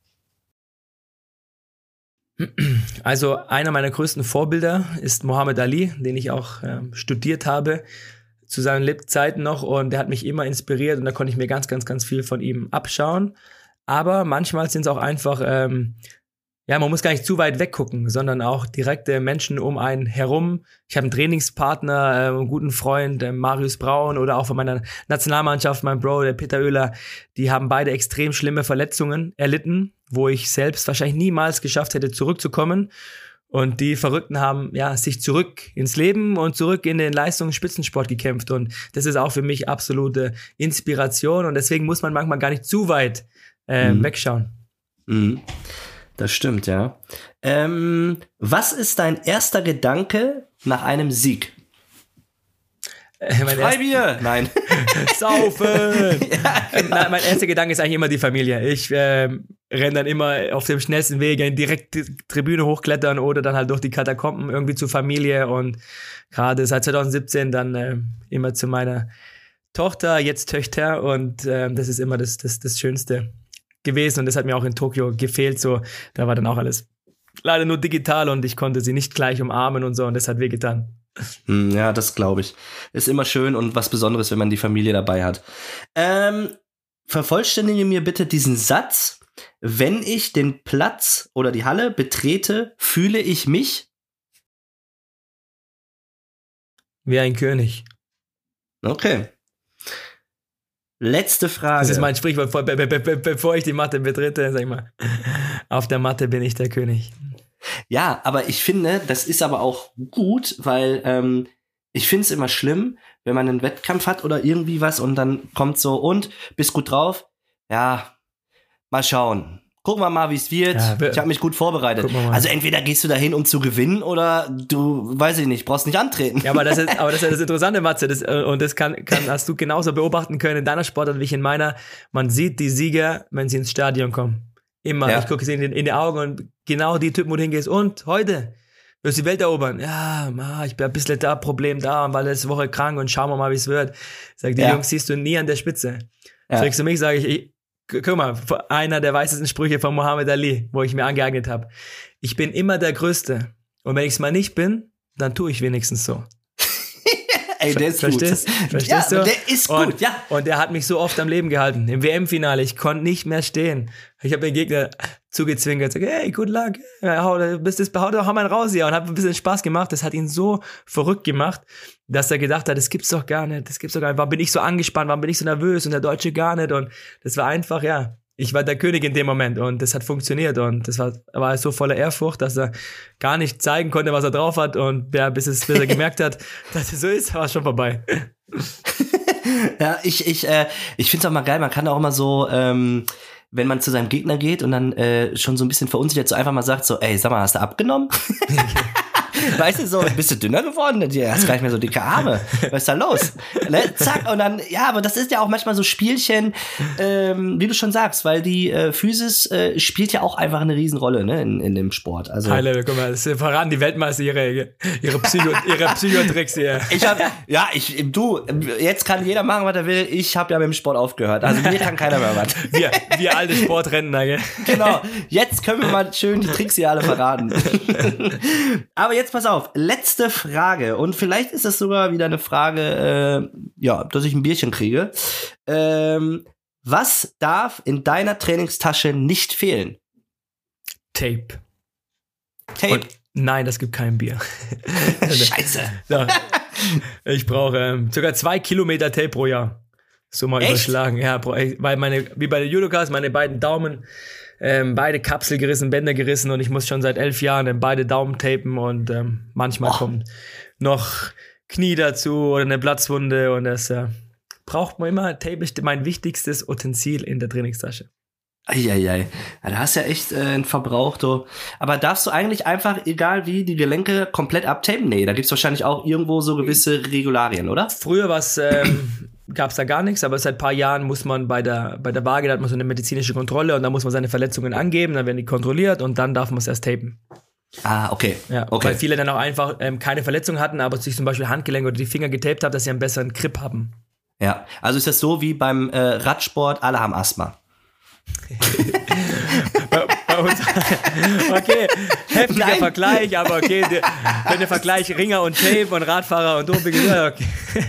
Also einer meiner größten Vorbilder ist Muhammad Ali, den ich auch studiert habe zu seinen Lebzeiten noch, und der hat mich immer inspiriert und da konnte ich mir ganz, ganz, ganz viel von ihm abschauen. Aber manchmal sind es auch einfach, man muss gar nicht zu weit weggucken, sondern auch direkte Menschen um einen herum. Ich habe einen Trainingspartner, einen guten Freund, Marius Braun, oder auch von meiner Nationalmannschaft, mein Bro, der Peter Oehler. Die haben beide extrem schlimme Verletzungen erlitten, wo ich selbst wahrscheinlich niemals geschafft hätte, zurückzukommen. Und die Verrückten haben sich zurück ins Leben und zurück in den Leistungsspitzensport gekämpft. Und das ist auch für mich absolute Inspiration. Und deswegen muss man manchmal gar nicht zu weit wegschauen. Mhm. Das stimmt, ja. Was ist dein erster Gedanke nach einem Sieg? Freibier! Nein. Saufen! Mein erster Gedanke ist eigentlich immer die Familie. Ich renne dann immer auf dem schnellsten Weg direkt die Tribüne hochklettern oder dann halt durch die Katakomben irgendwie zur Familie und gerade seit 2017 dann immer zu meiner Tochter, jetzt Töchter und das ist immer das Schönste gewesen und das hat mir auch in Tokio gefehlt. So, da war dann auch alles leider nur digital und ich konnte sie nicht gleich umarmen und so und das hat wehgetan. Ja, das glaube ich. Ist immer schön und was Besonderes, wenn man die Familie dabei hat. Vervollständige mir bitte diesen Satz. Wenn ich den Platz oder die Halle betrete, fühle ich mich wie ein König. Okay. Letzte Frage. Das ist mein Sprichwort, bevor ich die Matte betrete, sag ich mal. Auf der Matte bin ich der König. Ja, aber ich finde, das ist aber auch gut, weil ich finde es immer schlimm, wenn man einen Wettkampf hat oder irgendwie was und dann kommt so, und, bist gut drauf? Ja, mal schauen. Gucken wir mal, wie es wird. Ja, ich habe mich gut vorbereitet. Also entweder gehst du dahin, um zu gewinnen, oder du, weiß ich nicht, brauchst nicht antreten. Ja, aber das ist ja das Interessante, Matze. Und das hast du genauso beobachten können in deiner Sportart wie ich in meiner. Man sieht die Sieger, wenn sie ins Stadion kommen. Immer. Ja. Ich gucke sie in die Augen und genau die Typen, wo du hingehst. Und heute wirst du die Welt erobern. Ja, ich bin ein bisschen da, Problem da, und war letzte Woche krank und schauen wir mal, wie es wird. Sag, die Jungs siehst du nie an der Spitze. Fragst du mich, sage ich, guck mal, einer der weißesten Sprüche von Muhammad Ali, wo ich mir angeeignet habe. Ich bin immer der Größte. Und wenn ich es mal nicht bin, dann tue ich wenigstens so. Ey, der ist Verstehst gut. Ja, du? Der ist gut, ja. Und der hat mich so oft am Leben gehalten. Im WM-Finale, ich konnte nicht mehr stehen. Ich habe den Gegner zugezwinkert, sag, hey, good luck, hau mal raus hier, und habe ein bisschen Spaß gemacht. Das hat ihn so verrückt gemacht, dass er gedacht hat, das gibt's doch gar nicht. Warum bin ich so angespannt, warum bin ich so nervös und der Deutsche gar nicht? Und das war einfach, ich war der König in dem Moment und das hat funktioniert und das war so voller Ehrfurcht, dass er gar nicht zeigen konnte, was er drauf hat, und bis er gemerkt hat, dass es so ist, war es schon vorbei. Ja, ich finde es auch mal geil, man kann auch immer so, wenn man zu seinem Gegner geht und dann schon so ein bisschen verunsichert so einfach mal sagt so, ey, sag mal, hast du abgenommen? Weißt du, so, bist du dünner geworden? Du hast gar nicht mehr so dicke Arme. Was ist da los? Ne? Zack, und dann, ja, aber das ist ja auch manchmal so Spielchen, wie du schon sagst, weil die Physis spielt ja auch einfach eine Riesenrolle, ne, in dem Sport. Also, Highlight, guck mal, das verraten die Weltmeister ihre Psychotricks hier. Jetzt kann jeder machen, was er will. Ich habe ja mit dem Sport aufgehört. Also mir kann keiner mehr was. Wir alte Sportrentner, gell? Genau. Jetzt können wir mal schön die Tricks hier alle verraten. Aber jetzt pass auf, letzte Frage, und vielleicht ist das sogar wieder eine Frage, dass ich ein Bierchen kriege. Was darf in deiner Trainingstasche nicht fehlen? Tape. Und nein, das gibt kein Bier. Scheiße. Ja. Ich brauche sogar 2 Kilometer Tape pro Jahr. So mal überschlagen. Ja, weil wie bei den Judokas, meine beiden Daumen, beide Kapsel gerissen, Bänder gerissen, und ich muss schon seit 11 Jahren beide Daumen tapen, und manchmal kommt noch Knie dazu oder eine Platzwunde, und das braucht man immer. Tape ist mein wichtigstes Utensil in der Trainingstasche. Eieiei. Ja, da hast du ja echt einen Verbrauch, du. Aber darfst du eigentlich einfach, egal wie, die Gelenke komplett abtapen? Nee, da gibt's wahrscheinlich auch irgendwo so gewisse Regularien, oder? Früher gab's da gar nichts, aber seit ein paar Jahren muss man bei der Waage, da hat man so eine medizinische Kontrolle, und da muss man seine Verletzungen angeben, dann werden die kontrolliert und dann darf man es erst tapen. Ah, okay. Ja, okay. Weil viele dann auch einfach keine Verletzung hatten, aber sich zum Beispiel Handgelenke oder die Finger getaped haben, dass sie einen besseren Grip haben. Ja, also ist das so wie beim Radsport, alle haben Asthma. bei uns, okay, heftiger Vergleich, aber okay, wenn der Vergleich Ringer und Tape und Radfahrer und Doping, okay.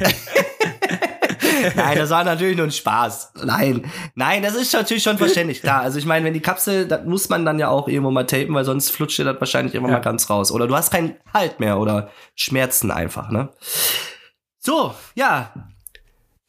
Nein, das war natürlich nur ein Spaß. Nein, das ist natürlich schon verständlich. Klar, also ich meine, wenn die Kapsel, das muss man dann ja auch irgendwo mal tapen, weil sonst flutscht dir das wahrscheinlich immer mal ganz raus. Oder du hast keinen Halt mehr oder Schmerzen einfach, ne? So, ja.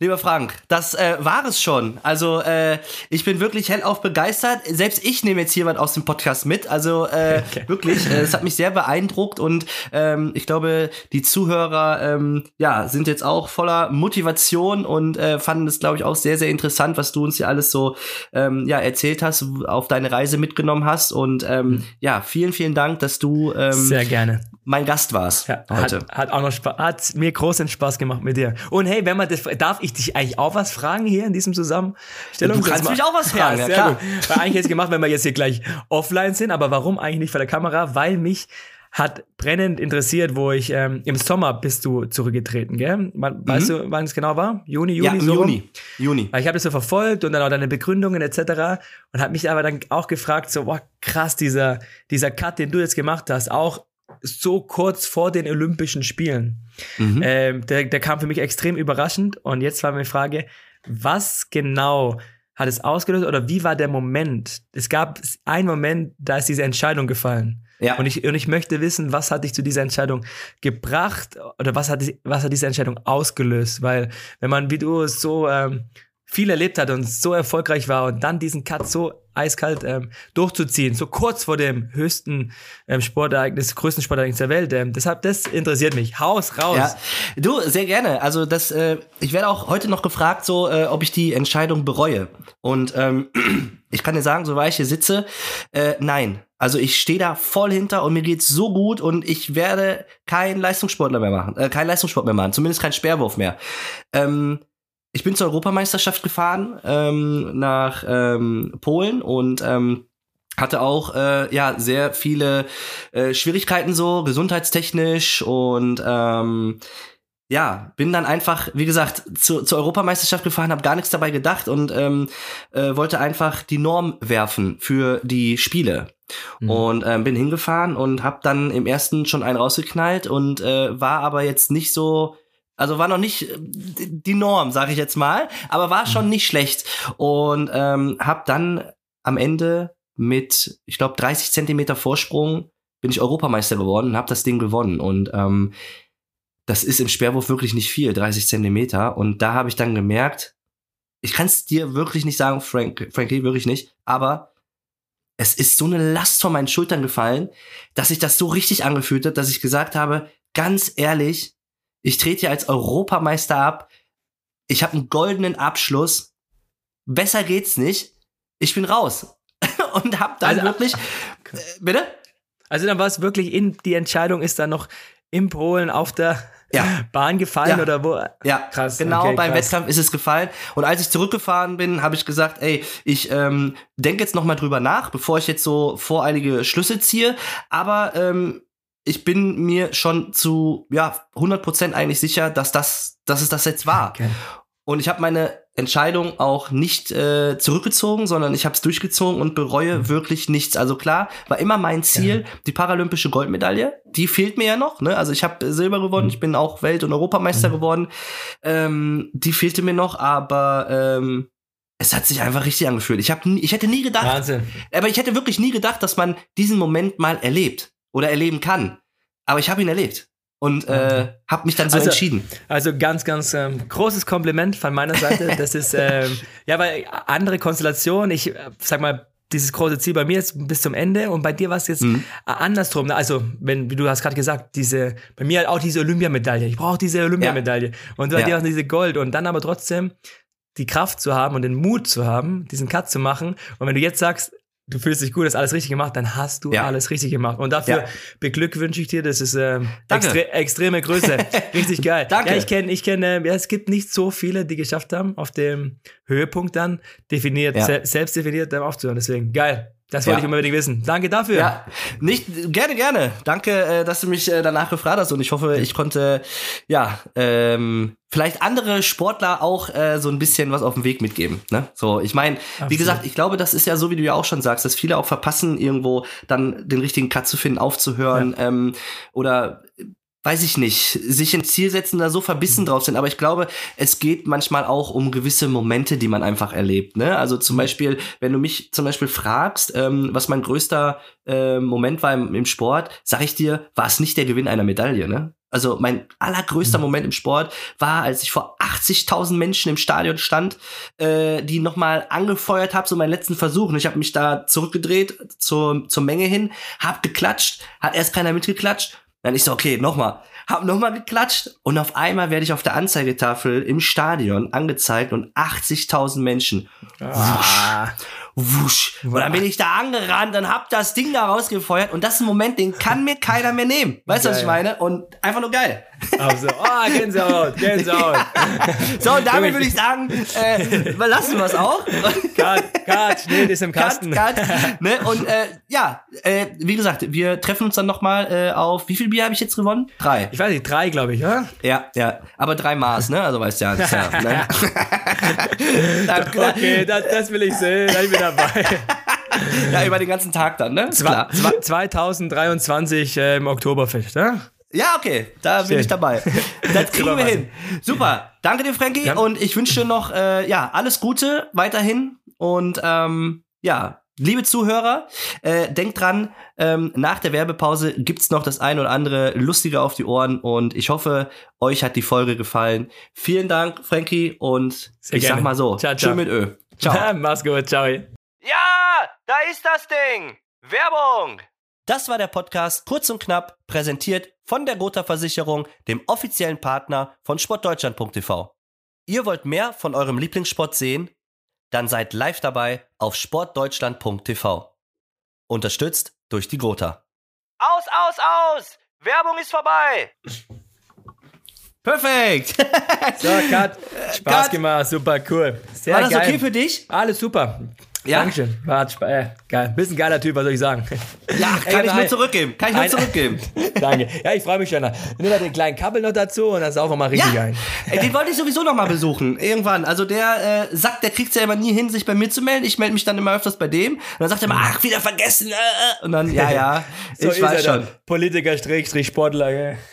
Lieber Frank, das war es schon. Also ich bin wirklich hellauf begeistert. Selbst ich nehme jetzt hier was aus dem Podcast mit. Also Okay. wirklich, es hat mich sehr beeindruckt und ich glaube, die Zuhörer sind jetzt auch voller Motivation und fanden es, glaube ich, auch sehr, sehr interessant, was du uns hier alles so erzählt hast, auf deine Reise mitgenommen hast. Und vielen, vielen Dank, dass du Sehr gerne. mein Gast warst heute. Hat auch noch Spaß, hat mir großen Spaß gemacht mit dir. Und hey, wenn man das, darf ich dich eigentlich auch was fragen hier in diesem Zusammenstellung? Du kannst mich auch was fragen, ja, ja, sehr klar. gut. Weil eigentlich jetzt gemacht, wenn wir jetzt hier gleich offline sind, aber warum eigentlich nicht vor der Kamera? Weil mich hat brennend interessiert, wo ich im Sommer bist du zurückgetreten, gell? Weißt du, wann es genau war? Juni, Ja, so rum? Juni. Weil ich habe das so verfolgt und dann auch deine Begründungen etc. und habe mich aber dann auch gefragt, so, boah, krass, dieser Cut, den du jetzt gemacht hast, auch so kurz vor den Olympischen Spielen. Der kam für mich extrem überraschend und jetzt war meine Frage, was genau hat es ausgelöst oder wie war der Moment? Es gab einen Moment, da ist diese Entscheidung gefallen. Ja. Und ich möchte wissen, was hat dich zu dieser Entscheidung gebracht oder was hat diese Entscheidung ausgelöst? Weil wenn man wie du so viel erlebt hat und so erfolgreich war und dann diesen Cut so eiskalt durchzuziehen, so kurz vor dem höchsten Sportereignis, größten Sportereignis der Welt. Deshalb, das interessiert mich. Haus raus. Ja, du, sehr gerne. Also ich werde auch heute noch gefragt, so ob ich die Entscheidung bereue. Und ich kann dir sagen, so weil ich hier sitze, nein. Also ich stehe da voll hinter und mir geht's so gut und ich werde keinen Leistungssport mehr machen, zumindest keinen Speerwurf mehr. Ich bin zur Europameisterschaft gefahren nach Polen und hatte auch sehr viele Schwierigkeiten so gesundheitstechnisch und bin dann einfach, wie gesagt, zur Europameisterschaft gefahren, habe gar nichts dabei gedacht und wollte einfach die Norm werfen für die Spiele. Und bin hingefahren und habe dann im ersten schon einen rausgeknallt und war aber jetzt nicht so, also war noch nicht die Norm, sage ich jetzt mal, aber war schon nicht schlecht. Und habe dann am Ende mit, ich glaube, 30 Zentimeter Vorsprung bin ich Europameister geworden und habe das Ding gewonnen. Und das ist im Speerwurf wirklich nicht viel, 30 Zentimeter. Und da habe ich dann gemerkt, ich kann es dir wirklich nicht sagen, Frankie, wirklich nicht, aber es ist so eine Last von meinen Schultern gefallen, dass sich das so richtig angefühlt hat, dass ich gesagt habe, ganz ehrlich, ich trete hier als Europameister ab, ich habe einen goldenen Abschluss, besser geht's nicht, ich bin raus. Und hab dann wirklich, bitte? Also dann war es wirklich die Entscheidung ist dann noch in Polen auf der Bahn gefallen oder wo? Ja, krass. Genau, okay, beim krass. Wettkampf ist es gefallen. Und als ich zurückgefahren bin, habe ich gesagt, ey, ich denke jetzt noch mal drüber nach, bevor ich jetzt so voreilige Schlüsse ziehe. Aber ich bin mir schon zu 100% eigentlich sicher, dass es das jetzt war. Okay. Und ich habe meine Entscheidung auch nicht zurückgezogen, sondern ich habe es durchgezogen und bereue wirklich nichts. Also klar, war immer mein Ziel, die paralympische Goldmedaille. Die fehlt mir ja noch, ne? Also ich habe Silber gewonnen, ich bin auch Welt- und Europameister geworden. Die fehlte mir noch, aber es hat sich einfach richtig angefühlt. Ich hätte nie gedacht, Wahnsinn. aber ich hätte wirklich nie gedacht, dass man diesen Moment mal erlebt oder erleben kann. Aber ich habe ihn erlebt. Und habe mich dann so entschieden. Also ganz, ganz großes Kompliment von meiner Seite. Das ist, weil andere Konstellation, ich sag mal, dieses große Ziel bei mir ist bis zum Ende und bei dir war es jetzt andersrum. Also, wie du hast gerade gesagt, bei mir auch diese Olympiamedaille. Ich brauche diese Olympiamedaille. Und bei dir auch diese Gold. Und dann aber trotzdem die Kraft zu haben und den Mut zu haben, diesen Cut zu machen. Und wenn du jetzt sagst, du fühlst dich gut, hast alles richtig gemacht, dann hast du alles richtig gemacht. Und dafür beglückwünsche ich dir, das ist extreme Größe. Richtig geil. Danke. Ja, ich kenne, es gibt nicht so viele, die geschafft haben, auf dem Höhepunkt dann selbst definiert aufzuhören. Deswegen, geil. Das wollte ich unbedingt wissen. Danke dafür. Ja, gerne. Danke, dass du mich danach gefragt hast und ich hoffe, ich konnte, vielleicht andere Sportler auch so ein bisschen was auf den Weg mitgeben. Ne? So, ich meine, wie gesagt, ich glaube, das ist ja so, wie du ja auch schon sagst, dass viele auch verpassen, irgendwo dann den richtigen Cut zu finden, aufzuhören oder weiß ich nicht, sich ein Ziel setzen, da so verbissen drauf sind. Aber ich glaube, es geht manchmal auch um gewisse Momente, die man einfach erlebt. Ne? Also zum Beispiel, wenn du mich zum Beispiel fragst, was mein größter Moment war im Sport, sag ich dir, war es nicht der Gewinn einer Medaille. Ne? also mein allergrößter Moment im Sport war, als ich vor 80.000 Menschen im Stadion stand, die nochmal angefeuert habe, so meinen letzten Versuch. Und ich habe mich da zurückgedreht zur Menge hin, hab geklatscht, hat erst keiner mitgeklatscht. Dann ich so, okay, hab nochmal geklatscht und auf einmal werde ich auf der Anzeigetafel im Stadion angezeigt und 80.000 Menschen. Wusch. Und dann bin ich da angerannt und hab das Ding da rausgefeuert und das ist ein Moment, den kann mir keiner mehr nehmen. Weißt du, was ich meine? Und einfach nur geil. Also, Gänsehaut. So, und damit würde ich sagen, lassen wir es auch. Cut, Schnitt ist im Kasten. Cut. Ne? Und wie gesagt, wir treffen uns dann nochmal auf, wie viel Bier habe ich jetzt gewonnen? 3. Ich weiß nicht, 3, glaube ich, oder? Ja, aber 3 Maß, ne? Also weißt du ja. Ne? Okay, das will ich sehen, da bin ich dabei. Ja, über den ganzen Tag dann, ne? 2023 im Oktoberfest, ne? Ja, okay, da bin ich dabei. Das kriegen wir hin. Super, danke dir, Frankie. Ja. Und ich wünsche dir noch alles Gute weiterhin. Und liebe Zuhörer, denkt dran, nach der Werbepause gibt's noch das ein oder andere Lustige auf die Ohren. Und ich hoffe, euch hat die Folge gefallen. Vielen Dank, Frankie. Und sag mal so, ciao. Tschö mit Ö. Ciao. Mach's gut, ciao. Ja, da ist das Ding. Werbung. Das war der Podcast Kurz und Knapp, präsentiert von der Gotha Versicherung, dem offiziellen Partner von sportdeutschland.tv. Ihr wollt mehr von eurem Lieblingssport sehen? Dann seid live dabei auf sportdeutschland.tv. Unterstützt durch die Gotha. Aus! Werbung ist vorbei! Perfekt! So, Cut. Spaß gemacht, super cool. Sehr geil. War das okay für dich? Alles super. Ja? Dankeschön. Geil. Bist ein geiler Typ, was soll ich sagen? Ja, kann ich nur zurückgeben. Danke. Ja, ich freue mich schon. Nimm mal den kleinen Kabel noch dazu und dann saufen wir mal richtig ein. Den wollte ich sowieso noch mal besuchen. Irgendwann. Also der Sack, der kriegt's ja immer nie hin, sich bei mir zu melden. Ich melde mich dann immer öfters bei dem. Und dann sagt er immer, wieder vergessen. Und dann, ja. So ich weiß schon. Politiker-Sportler, gell?